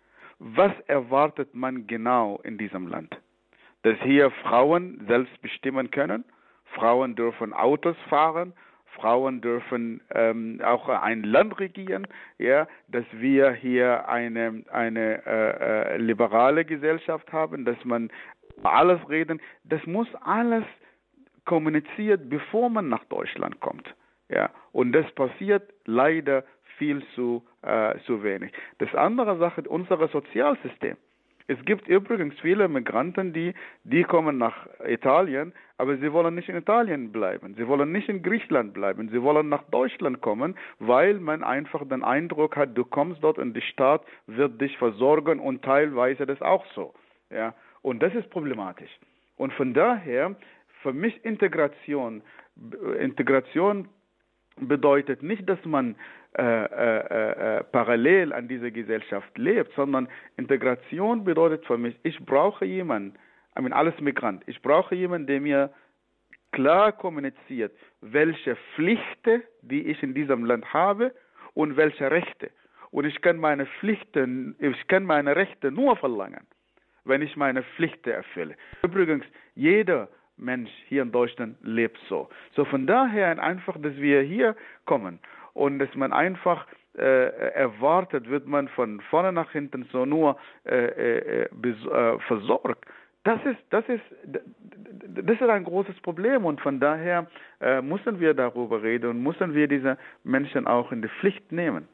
was erwartet man genau in diesem Land? Dass hier Frauen selbst bestimmen können, Frauen dürfen Autos fahren, Frauen dürfen ähm, auch ein Land regieren, ja, dass wir hier eine, eine äh, äh, liberale Gesellschaft haben, dass man alles reden, das muss alles kommuniziert, bevor man nach Deutschland kommt. Ja, und das passiert leider viel zu, äh, zu wenig. Das andere Sache, unser Sozialsystem. Es gibt übrigens viele Migranten, die, die kommen nach Italien, aber sie wollen nicht in Italien bleiben. Sie wollen nicht in Griechenland bleiben. Sie wollen nach Deutschland kommen, weil man einfach den Eindruck hat, du kommst dort und der Staat wird dich versorgen und teilweise das auch so. Ja, und das ist problematisch. Und von daher, für mich Integration, Integration bedeutet nicht, dass man äh, äh, äh, parallel an dieser Gesellschaft lebt, sondern Integration bedeutet für mich, ich brauche jemanden, ich meine, alles Migrant, ich brauche jemanden, der mir klar kommuniziert, welche Pflichten, die ich in diesem Land habe und welche Rechte. Und ich kann meine Pflichten, ich kann meine Rechte nur verlangen, wenn ich meine Pflichten erfülle. Übrigens, jeder Mensch hier in Deutschland lebt so. So von daher einfach, dass wir hier kommen und dass man einfach äh, erwartet, wird man von vorne nach hinten so nur äh, äh, bes- äh, versorgt. Das ist, das ist, das ist ein großes Problem und von daher äh, müssen wir darüber reden und müssen wir diese Menschen auch in die Pflicht nehmen.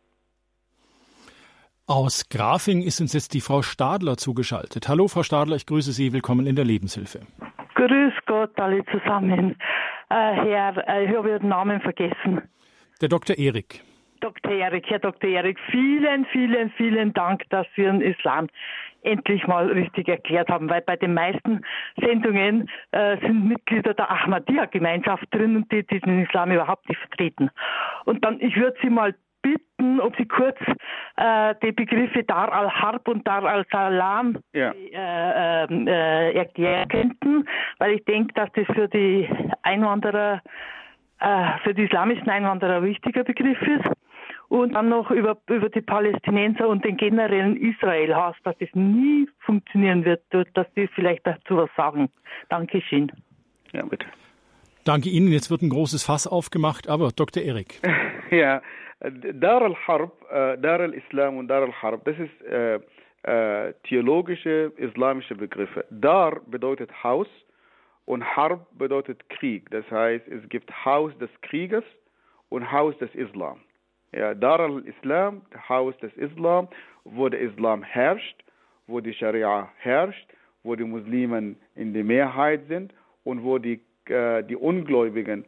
Aus Grafing ist uns jetzt die Frau Stadler zugeschaltet. Hallo Frau Stadler, ich grüße Sie, willkommen in der Lebenshilfe. Grüß Gott alle zusammen. Äh, Herr, äh, ich habe Ihren Namen vergessen. Der Doktor Erik. Doktor Erik, Herr Doktor Erik, vielen, vielen, vielen Dank, dass Sie den Islam endlich mal richtig erklärt haben, weil bei den meisten Sendungen äh, sind Mitglieder der Ahmadiyya-Gemeinschaft drin und die, die den Islam überhaupt nicht vertreten. Und dann, ich würde Sie mal bitten, ob Sie kurz äh, die Begriffe Dar al-Harb und Dar al-Salam ja. äh, äh, erklären könnten, weil ich denke, dass das für die Einwanderer, äh, für die islamischen Einwanderer ein wichtiger Begriff ist. Und dann noch über, über die Palästinenser und den generellen Israel-Hass, dass das nie funktionieren wird, dass die vielleicht dazu was sagen. Dankeschön. Ja, bitte. Danke Ihnen. Jetzt wird ein großes Fass aufgemacht, aber Doktor Erik. Ja, Dar al-Harb, äh, Dar al-Islam und Dar al-Harb, das ist äh, äh, theologische, islamische Begriffe. Dar bedeutet Haus und Harb bedeutet Krieg. Das heißt, es gibt Haus des Krieges und Haus des Islam. Ja, Dar al-Islam, Haus des Islam, wo der Islam herrscht, wo die Scharia herrscht, wo die Muslimen in der Mehrheit sind und wo die, äh, die Ungläubigen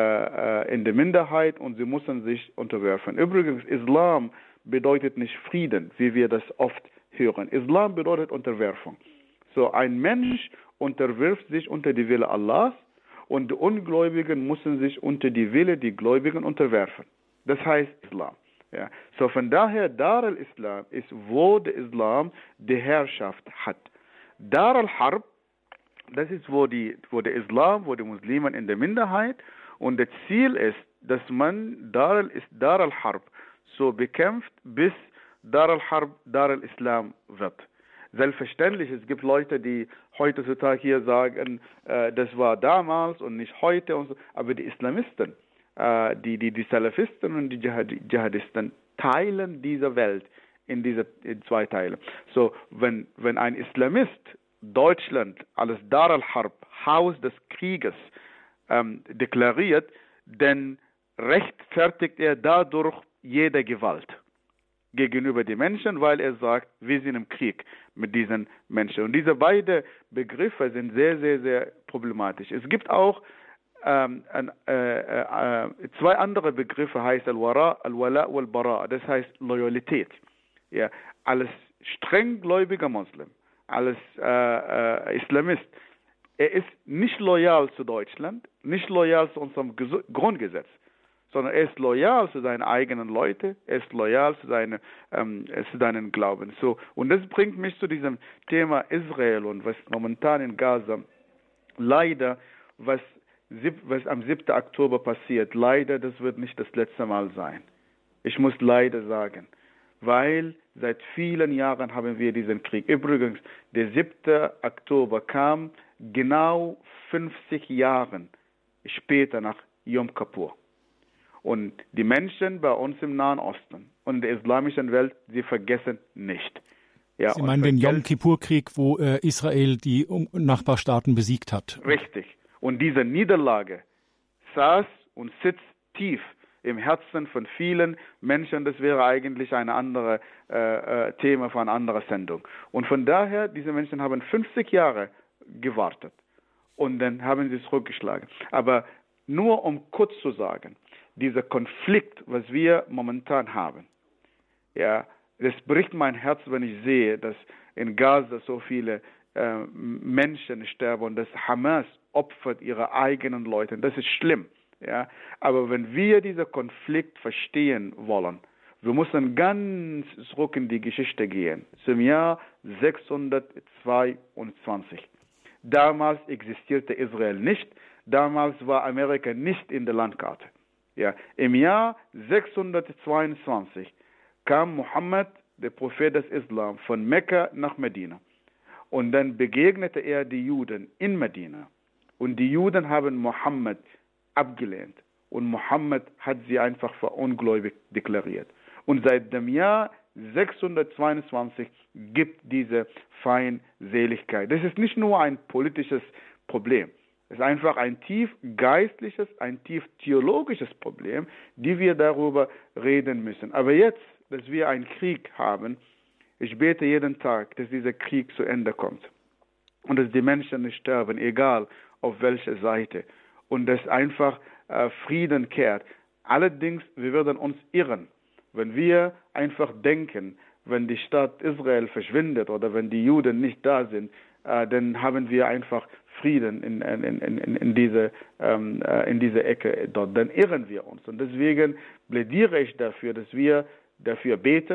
äh, in der Minderheit und sie müssen sich unterwerfen. Übrigens, Islam bedeutet nicht Frieden, wie wir das oft hören. Islam bedeutet Unterwerfung. So, ein Mensch unterwirft sich unter die Wille Allahs und die Ungläubigen müssen sich unter die Wille der Gläubigen unterwerfen. Das heißt Islam. Ja. So von daher, Dar al-Islam ist, wo der Islam die Herrschaft hat. Dar al-Harb, das ist, wo, die, wo der Islam, wo die Muslimen in der Minderheit und das Ziel ist, dass man Dar al-Harb so bekämpft, bis Dar al-Harb Dar al-Islam wird. Selbstverständlich, es gibt Leute, die heutzutage hier sagen, äh, das war damals und nicht heute und so, aber die Islamisten, äh, die, die, die Salafisten und die Dschihadisten teilen diese Welt in diese in zwei Teile. So, wenn, wenn ein Islamist Deutschland als Dar al-Harb, Haus des Krieges, ähm, deklariert, dann rechtfertigt er dadurch jede Gewalt gegenüber den Menschen, weil er sagt, wir sind im Krieg mit diesen Menschen. Und diese beiden Begriffe sind sehr, sehr, sehr problematisch. Es gibt auch ähm, äh, äh, zwei andere Begriffe, heißt Al-Wara, Al-Wala wal-Bara, das heißt Loyalität. Ja, als strenggläubiger Muslim, als äh, äh, Islamist, er ist nicht loyal zu Deutschland, nicht loyal zu unserem Ges- Grundgesetz, sondern er ist loyal zu seinen eigenen Leuten, er ist loyal zu, seine, ähm, zu seinen Glauben. So, und das bringt mich zu diesem Thema Israel und was momentan in Gaza, leider, was, was am siebten Oktober passiert, leider, das wird nicht das letzte Mal sein. Ich muss leider sagen, weil seit vielen Jahren haben wir diesen Krieg. Übrigens, der siebte Oktober kam genau fünfzig Jahre später nach Yom Kippur. Und die Menschen bei uns im Nahen Osten und in der islamischen Welt, sie vergessen nicht. Ja, Sie meinen den Yom Kippur-Krieg, wo äh, Israel die um- Nachbarstaaten besiegt hat? Richtig. Und diese Niederlage saß und sitzt tief im Herzen von vielen Menschen. Das wäre eigentlich ein anderes äh, Thema für eine andere Sendung. Und von daher, diese Menschen haben fünfzig Jahre gewartet und dann haben sie zurückgeschlagen. Aber nur um kurz zu sagen, dieser Konflikt, was wir momentan haben, ja, das bricht mein Herz, wenn ich sehe, dass in Gaza so viele äh, Menschen sterben und dass Hamas opfert ihre eigenen Leute. Das ist schlimm. Ja, aber wenn wir diesen Konflikt verstehen wollen, wir müssen ganz zurück in die Geschichte gehen, zum Jahr sechshundertzweiundzwanzig. Damals existierte Israel nicht, damals war Amerika nicht in der Landkarte. Ja, im Jahr sechshundertzweiundzwanzig kam Mohammed, der Prophet des Islam, von Mekka nach Medina. Und dann begegnete er die Juden in Medina. Und die Juden haben Mohammed abgelehnt. Und Mohammed hat sie einfach für ungläubig deklariert. Und seit dem Jahr sechshundertzweiundzwanzig gibt diese Feindseligkeit. Das ist nicht nur ein politisches Problem. Es ist einfach ein tief geistliches, ein tief theologisches Problem, die wir darüber reden müssen. Aber jetzt, dass wir einen Krieg haben, ich bete jeden Tag, dass dieser Krieg zu Ende kommt. Und dass die Menschen nicht sterben, egal auf welcher Seite. Und dass einfach äh, Frieden kehrt. Allerdings, wir werden uns irren, wenn wir einfach denken, wenn die Stadt Israel verschwindet oder wenn die Juden nicht da sind, äh, dann haben wir einfach Frieden in, in, in, in, in, diese, ähm, äh, in diese Ecke dort. Dann irren wir uns. Und deswegen plädiere ich dafür, dass wir dafür beten,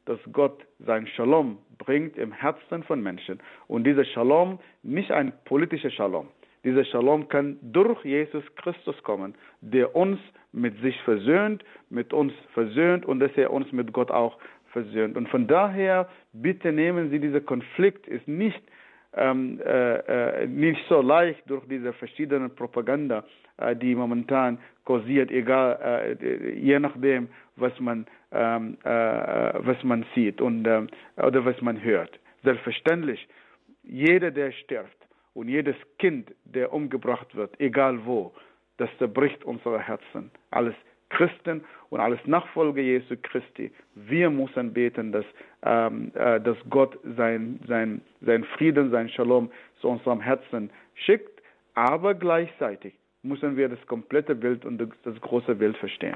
dass Gott sein Shalom bringt im Herzen von Menschen. Und dieser Shalom, nicht ein politischer Shalom. Dieser Shalom kann durch Jesus Christus kommen, der uns mit sich versöhnt, mit uns versöhnt und dass er uns mit Gott auch versöhnt. Und von daher, bitte nehmen Sie diesen Konflikt, ist nicht, ähm, äh, nicht so leicht durch diese verschiedenen Propaganda, äh, die momentan kursiert, egal, äh, je nachdem, was man, ähm, äh, was man sieht und, äh, oder was man hört. Selbstverständlich, jeder, der stirbt und jedes Kind, der umgebracht wird, egal wo, das zerbricht unsere Herzen. Alles Christen und alles Nachfolger Jesu Christi. Wir müssen beten, dass, ähm, äh, dass Gott sein, sein, sein Frieden, sein Shalom zu unserem Herzen schickt, aber gleichzeitig müssen wir das komplette Bild und das, das große Bild verstehen.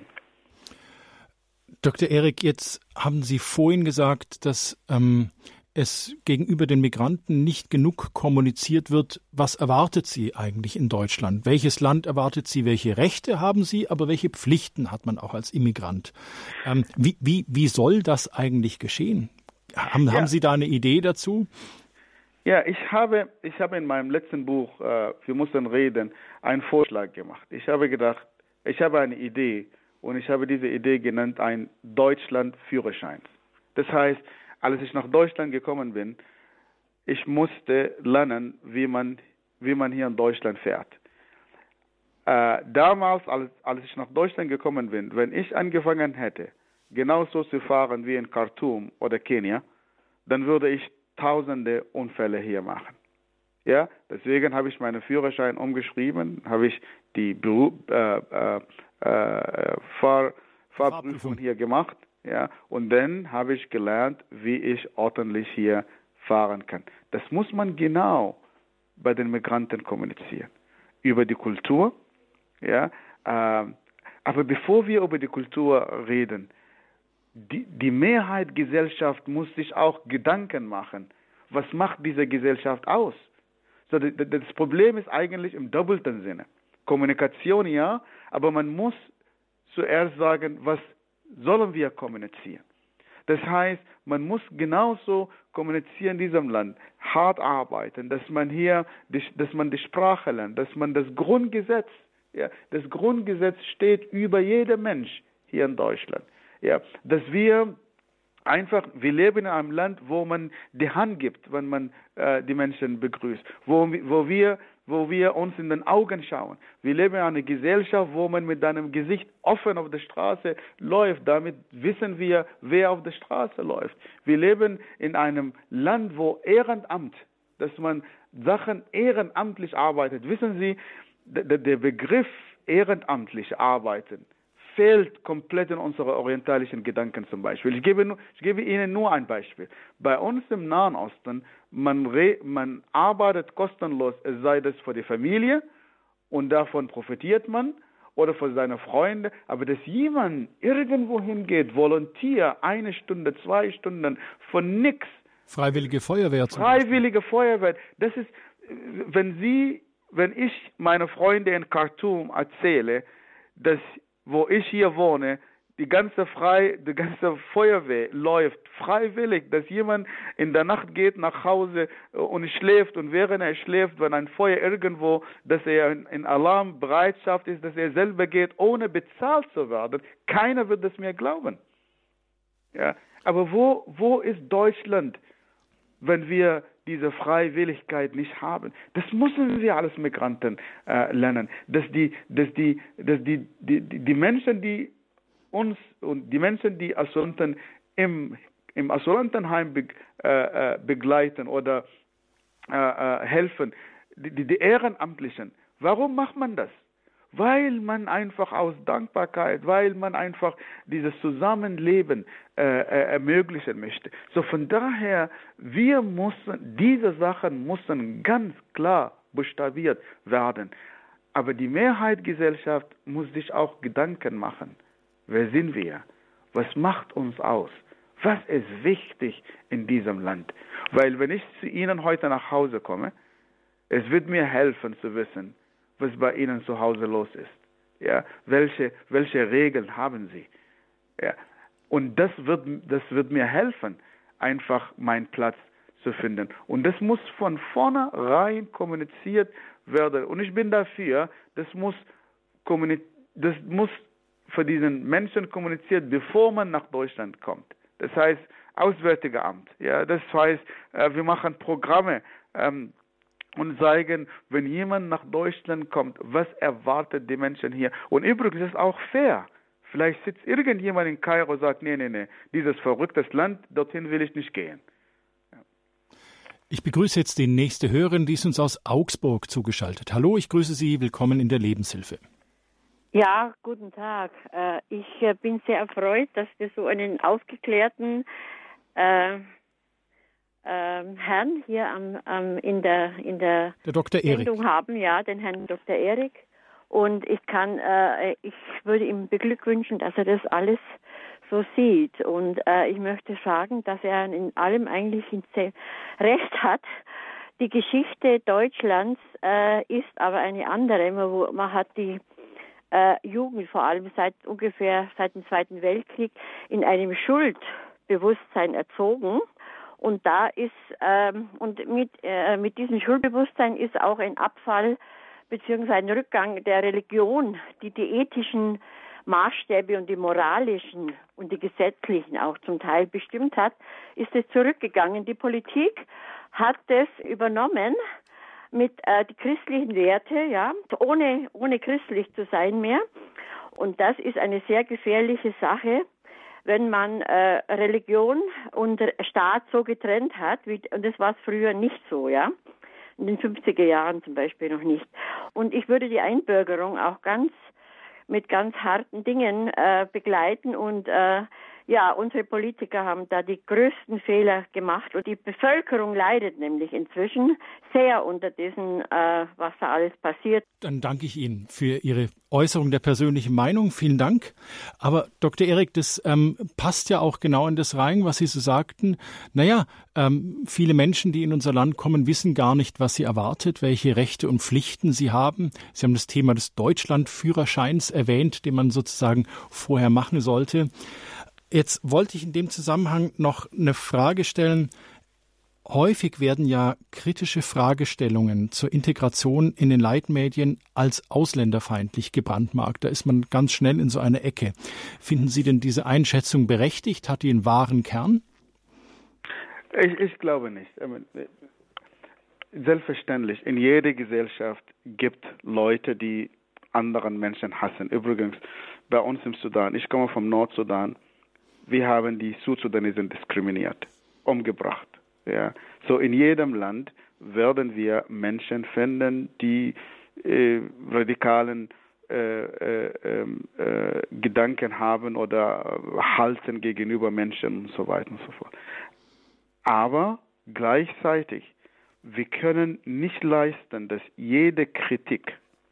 Doktor Erik, jetzt haben Sie vorhin gesagt, dass ähm, es gegenüber den Migranten nicht genug kommuniziert wird. Was erwartet Sie eigentlich in Deutschland? Welches Land erwartet Sie? Welche Rechte haben Sie? Aber welche Pflichten hat man auch als Immigrant? Ähm, wie, wie, wie soll das eigentlich geschehen? Haben, ja. haben Sie da eine Idee dazu? Ja, ich habe, ich habe in meinem letzten Buch, äh, wir mussten reden, einen Vorschlag gemacht. Ich habe gedacht, ich habe eine Idee und ich habe diese Idee genannt, ein Deutschland-Führerschein. Das heißt, als ich nach Deutschland gekommen bin, ich musste lernen, wie man, wie man hier in Deutschland fährt. Äh, damals, als, als ich nach Deutschland gekommen bin, wenn ich angefangen hätte, genauso zu fahren wie in Khartoum oder Kenia, dann würde ich tausende Unfälle hier machen. Ja, deswegen habe ich meinen Führerschein umgeschrieben, habe ich die Beru- äh, äh, äh, Fahr- Fahrprüfung hier gemacht. Ja, und dann habe ich gelernt, wie ich ordentlich hier fahren kann. Das muss man genau bei den Migranten kommunizieren. Über die Kultur. Ja, äh, aber bevor wir über die Kultur reden, die, die Mehrheit der Gesellschaft muss sich auch Gedanken machen. Was macht diese Gesellschaft aus? So, das, das Problem ist eigentlich im doppelten Sinne. Kommunikation ja, aber man muss zuerst sagen, was sollen wir kommunizieren. Das heißt, man muss genauso kommunizieren in diesem Land, hart arbeiten, dass man hier, die, dass man die Sprache lernt, dass man das Grundgesetz, ja, das Grundgesetz steht über jeden Mensch hier in Deutschland. Ja, dass wir einfach, wir leben in einem Land, wo man die Hand gibt, wenn man äh, die Menschen begrüßt, wo, wo wir wo wir uns in den Augen schauen. Wir leben in einer Gesellschaft, wo man mit einem Gesicht offen auf der Straße läuft. Damit wissen wir, wer auf der Straße läuft. Wir leben in einem Land, wo Ehrenamt, dass man Sachen ehrenamtlich arbeitet. Wissen Sie, der, der Begriff ehrenamtlich arbeiten fehlt komplett in unsere orientalischen Gedanken zum Beispiel. Ich gebe, ich gebe Ihnen nur ein Beispiel. Bei uns im Nahen Osten, man, re, man arbeitet kostenlos, es sei das für die Familie und davon profitiert man oder für seine Freunde, aber dass jemand irgendwo hingeht, Volontier, eine Stunde, zwei Stunden, von nichts. Freiwillige Feuerwehr zum Freiwillige Beispiel. Feuerwehr, das ist, wenn Sie, wenn ich meine Freunde in Khartoum erzähle, dass wo ich hier wohne, die ganze Frei, die ganze Feuerwehr läuft freiwillig, dass jemand in der Nacht geht nach Hause und schläft und während er schläft, wenn ein Feuer irgendwo, dass er in Alarmbereitschaft ist, dass er selber geht, ohne bezahlt zu werden. Keiner wird das mir glauben. Ja, aber wo, wo ist Deutschland, wenn wir diese Freiwilligkeit nicht haben? Das müssen wir als Migranten äh, lernen, dass die, dass die, dass die, die, die Menschen, die uns und die Menschen, die Asylanten im im Asylantenheim be, äh, begleiten oder äh, äh, helfen, die, die Ehrenamtlichen. Warum macht man das? Weil man einfach aus Dankbarkeit, weil man einfach dieses Zusammenleben äh, äh, ermöglichen möchte. So von daher, wir müssen, diese Sachen müssen ganz klar buchstabiert werden. Aber die Mehrheit der Gesellschaft muss sich auch Gedanken machen. Wer sind wir? Was macht uns aus? Was ist wichtig in diesem Land? Weil wenn ich zu Ihnen heute nach Hause komme, es wird mir helfen zu wissen, was bei Ihnen zu Hause los ist. Ja, welche, welche Regeln haben Sie? Ja, Und das wird, das wird mir helfen, einfach meinen Platz zu finden. Und das muss von vornherein kommuniziert werden. Und ich bin dafür, das muss, das muss für diesen Menschen kommuniziert, bevor man nach Deutschland kommt. Das heißt, Auswärtige Amt. Ja, das heißt, wir machen Programme ähm, und zeigen, wenn jemand nach Deutschland kommt, was erwartet die Menschen hier. Und übrigens ist es auch fair. Vielleicht sitzt irgendjemand in Kairo und sagt, nee, nee, nee, dieses verrücktes Land, dorthin will ich nicht gehen. Ja. Ich begrüße jetzt die nächste Hörerin, die ist uns aus Augsburg zugeschaltet. Hallo, ich grüße Sie, willkommen in der Lebenshilfe. Ja, guten Tag. Ich bin sehr erfreut, dass wir so einen aufgeklärten äh, äh, Herrn hier am, am, in der, in der, der Doktor Sendung Erik. haben, ja, den Herrn Doktor Erik. Und ich kann, äh, ich würde ihm beglückwünschen, dass er das alles so sieht. Und äh, ich möchte sagen, dass er in allem eigentlich recht hat. Die Geschichte Deutschlands äh, ist aber eine andere. Man, man hat die äh, Jugend vor allem seit ungefähr seit dem Zweiten Weltkrieg in einem Schuldbewusstsein erzogen. Und da ist ähm, und mit äh, mit diesem Schuldbewusstsein ist auch ein Abfall beziehungsweise ein Rückgang der Religion, die die ethischen Maßstäbe und die moralischen und die gesetzlichen auch zum Teil bestimmt hat, ist es zurückgegangen. Die Politik hat es übernommen mit äh, die christlichen Werte, ja, ohne ohne christlich zu sein mehr. Und das ist eine sehr gefährliche Sache, wenn man äh, Religion und Staat so getrennt hat, wie, und das war es früher nicht so, ja. In den fünfziger Jahren zum Beispiel noch nicht. Und ich würde die Einbürgerung auch ganz mit ganz harten Dingen äh, begleiten und äh, ja, unsere Politiker haben da die größten Fehler gemacht und die Bevölkerung leidet nämlich inzwischen sehr unter diesen, äh, was da alles passiert. Dann danke ich Ihnen für Ihre Äußerung der persönlichen Meinung. Vielen Dank. Aber Doktor Erik, das ähm, passt ja auch genau in das rein, was Sie so sagten. Naja, ähm, viele Menschen, die in unser Land kommen, wissen gar nicht, was sie erwartet, welche Rechte und Pflichten sie haben. Sie haben das Thema des Deutschlandführerscheins erwähnt, den man sozusagen vorher machen sollte. Jetzt wollte ich in dem Zusammenhang noch eine Frage stellen. Häufig werden ja kritische Fragestellungen zur Integration in den Leitmedien als ausländerfeindlich gebrandmarkt. Da ist man ganz schnell in so einer Ecke. Finden Sie denn diese Einschätzung berechtigt? Hat die einen wahren Kern? Ich, ich glaube nicht. Selbstverständlich, in jeder Gesellschaft gibt Leute, die anderen Menschen hassen. Übrigens, bei uns im Sudan, ich komme vom Nordsudan, wir haben die Südsudanesen diskriminiert, umgebracht. Ja. So in jedem Land werden wir Menschen finden, die äh, radikalen äh, äh, äh, Gedanken haben oder halten gegenüber Menschen und so weiter und so fort. Aber gleichzeitig, wir können nicht leisten, dass jede Kritik,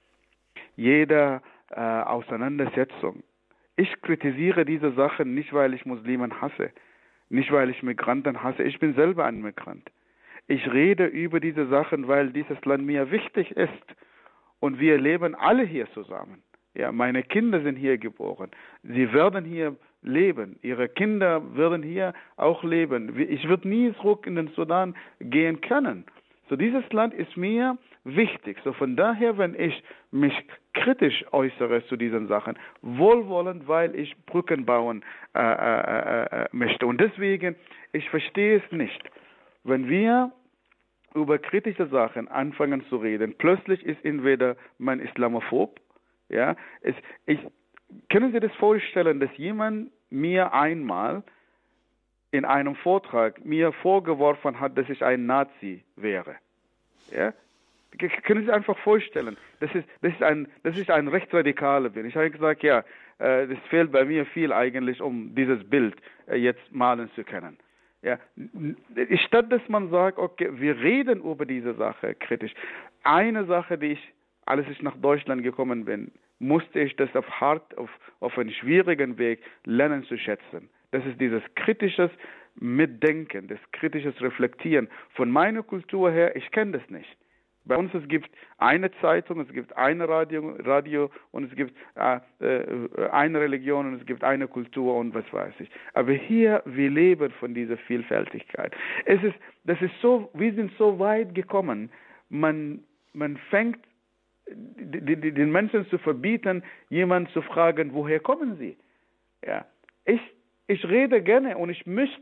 jede äh, Auseinandersetzung, ich kritisiere diese Sachen nicht, weil ich Muslimen hasse, nicht weil ich Migranten hasse. Ich bin selber ein Migrant. Ich rede über diese Sachen, weil dieses Land mir wichtig ist. Und wir leben alle hier zusammen. Ja, meine Kinder sind hier geboren. Sie werden hier leben. Ihre Kinder werden hier auch leben. Ich würde nie zurück in den Sudan gehen können. So, dieses Land ist mir wichtig. So, von daher, wenn ich mich kritisch äußere zu diesen Sachen, wohlwollend, weil ich Brücken bauen äh, äh, äh, möchte. Und deswegen, ich verstehe es nicht, wenn wir über kritische Sachen anfangen zu reden, plötzlich ist entweder man islamophob, ja, es, ich, können Sie das vorstellen, dass jemand mir einmal in einem Vortrag mir vorgeworfen hat, dass ich ein Nazi wäre. Ja? Können Sie sich einfach vorstellen, das ist, das ist ein, das ist ein Rechtsradikaler bin. Ich habe gesagt, ja, äh, das fehlt bei mir viel eigentlich, um dieses Bild äh, jetzt malen zu können. Ja, statt dass man sagt, okay, wir reden über diese Sache kritisch. Eine Sache, die ich, als ich nach Deutschland gekommen bin, musste ich das auf hart, auf, auf einen schwierigen Weg lernen zu schätzen. Das ist dieses kritisches Mitdenken, das kritisches Reflektieren. Von meiner Kultur her, ich kenne das nicht. Bei uns es gibt eine Zeitung, es gibt eine Radio, Radio und es gibt äh, eine Religion und es gibt eine Kultur und was weiß ich. Aber hier, wir leben von dieser Vielfältigkeit. Es ist, das ist so, wir sind so weit gekommen, man, man fängt die, die, den Menschen zu verbieten, jemanden zu fragen, woher kommen sie? Ja, ich, ich rede gerne und ich möchte,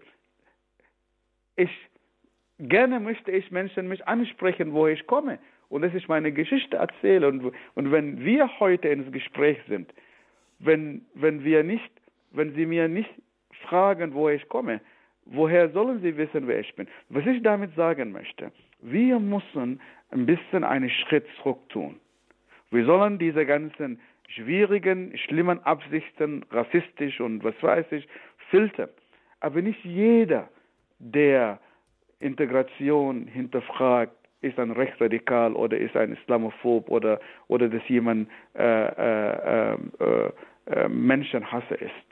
ich Gerne möchte ich Menschen mich ansprechen, wo ich komme. Und dass ich meine Geschichte erzähle. Und, und wenn wir heute ins Gespräch sind, wenn, wenn wir nicht, wenn Sie mir nicht fragen, wo ich komme, woher sollen Sie wissen, wer ich bin? Was ich damit sagen möchte, wir müssen ein bisschen einen Schritt zurück tun. Wir sollen diese ganzen schwierigen, schlimmen Absichten, rassistisch und was weiß ich, filtern. Aber nicht jeder, der Integration hinterfragt, ist ein Rechtsradikal oder ist ein Islamophob oder, oder dass jemand äh, äh, äh, äh, Menschenhasser ist.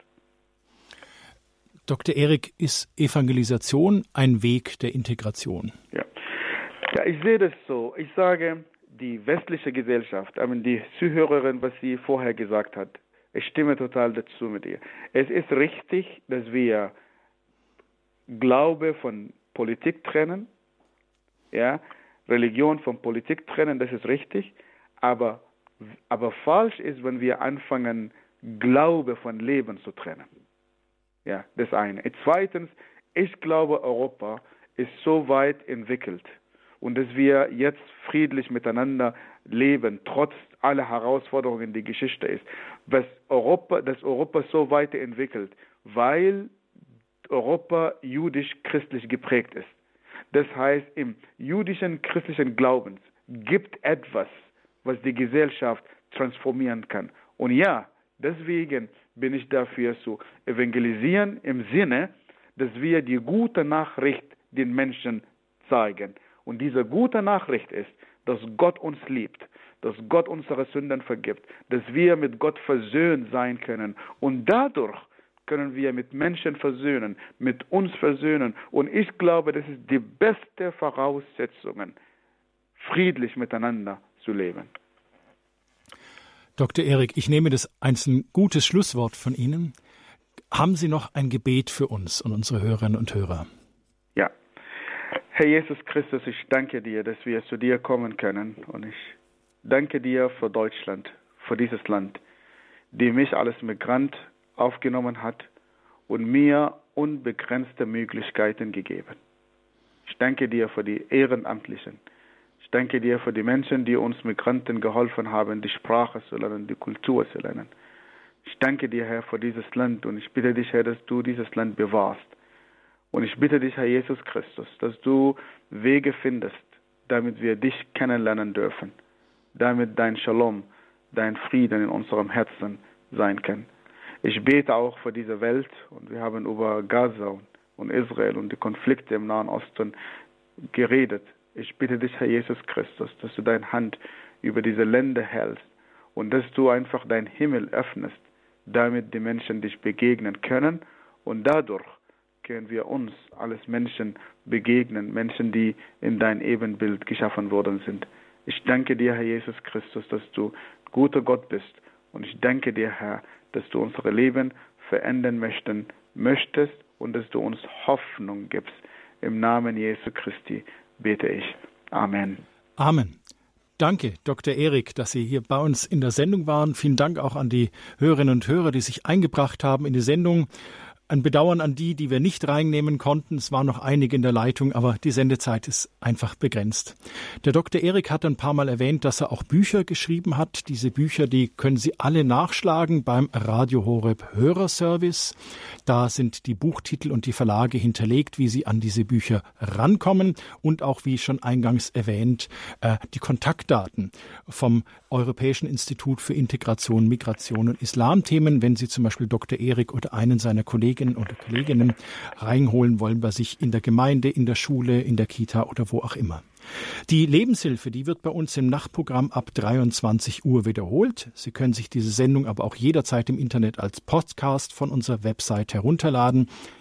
Doktor Erik, ist Evangelisation ein Weg der Integration? Ja, ja, ich sehe das so. Ich sage, die westliche Gesellschaft, I mean, die Zuhörerin, was sie vorher gesagt hat, ich stimme total dazu mit ihr. Es ist richtig, dass wir Glaube von Politik trennen, ja, Religion von Politik trennen, das ist richtig, aber, aber falsch ist, wenn wir anfangen, Glaube von Leben zu trennen. Ja, das eine. Zweitens, ich glaube, Europa ist so weit entwickelt und dass wir jetzt friedlich miteinander leben, trotz aller Herausforderungen, die Geschichte ist, was Europa, dass Europa so weiterentwickelt, weil Europa jüdisch-christlich geprägt ist. Das heißt, im jüdischen christlichen Glaubens gibt etwas, was die Gesellschaft transformieren kann. Und ja, deswegen bin ich dafür zu evangelisieren im Sinne, dass wir die gute Nachricht den Menschen zeigen. Und diese gute Nachricht ist, dass Gott uns liebt, dass Gott unsere Sünden vergibt, dass wir mit Gott versöhnt sein können und dadurch können wir mit Menschen versöhnen, mit uns versöhnen. Und ich glaube, das ist die beste Voraussetzung, friedlich miteinander zu leben. Doktor Erik, ich nehme das als ein gutes Schlusswort von Ihnen. Haben Sie noch ein Gebet für uns und unsere Hörerinnen und Hörer? Ja. Herr Jesus Christus, ich danke dir, dass wir zu dir kommen können. Und ich danke dir für Deutschland, für dieses Land, die mich als Migrant aufgenommen hat und mir unbegrenzte Möglichkeiten gegeben. Ich danke dir für die Ehrenamtlichen. Ich danke dir für die Menschen, die uns Migranten geholfen haben, die Sprache zu lernen, die Kultur zu lernen. Ich danke dir, Herr, für dieses Land und ich bitte dich, Herr, dass du dieses Land bewahrst. Und ich bitte dich, Herr Jesus Christus, dass du Wege findest, damit wir dich kennenlernen dürfen, damit dein Shalom, dein Frieden in unserem Herzen sein kann. Ich bete auch für diese Welt und wir haben über Gaza und Israel und die Konflikte im Nahen Osten geredet. Ich bitte dich, Herr Jesus Christus, dass du deine Hand über diese Länder hältst und dass du einfach deinen Himmel öffnest, damit die Menschen dich begegnen können und dadurch können wir uns als Menschen begegnen, Menschen, die in dein Ebenbild geschaffen worden sind. Ich danke dir, Herr Jesus Christus, dass du guter Gott bist und ich danke dir, Herr, dass du unser Leben verändern möchten, möchtest und dass du uns Hoffnung gibst. Im Namen Jesu Christi bete ich. Amen. Amen. Danke, Doktor Erik, dass Sie hier bei uns in der Sendung waren. Vielen Dank auch an die Hörerinnen und Hörer, die sich eingebracht haben in die Sendung. Ein Bedauern an die, die wir nicht reinnehmen konnten. Es waren noch einige in der Leitung, aber die Sendezeit ist einfach begrenzt. Der Doktor Erik hat ein paar Mal erwähnt, dass er auch Bücher geschrieben hat. Diese Bücher, die können Sie alle nachschlagen beim Radio Horeb Hörerservice. Da sind die Buchtitel und die Verlage hinterlegt, wie Sie an diese Bücher rankommen und auch, wie schon eingangs erwähnt, die Kontaktdaten vom Europäischen Institut für Integration, Migration und Islamthemen, wenn Sie zum Beispiel Doktor Erik oder einen seiner Kollegen oder Kolleginnen reinholen wollen bei sich in der Gemeinde, in der Schule, in der Kita oder wo auch immer. Die Lebenshilfe, die wird bei uns im Nachtprogramm ab dreiundzwanzig Uhr wiederholt. Sie können sich diese Sendung aber auch jederzeit im Internet als Podcast von unserer Website herunterladen.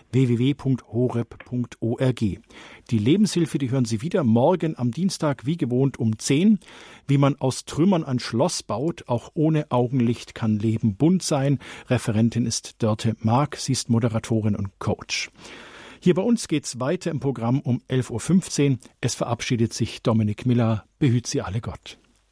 w w w punkt horeb punkt org. Die Lebenshilfe, die hören Sie wieder morgen am Dienstag, wie gewohnt um zehn. Wie man aus Trümmern ein Schloss baut, auch ohne Augenlicht kann Leben bunt sein. Referentin ist Dörte Mark, sie ist Moderatorin und Coach. Hier bei uns geht's weiter im Programm um elf Uhr fünfzehn. Es verabschiedet sich Dominik Miller. Behüt Sie alle Gott.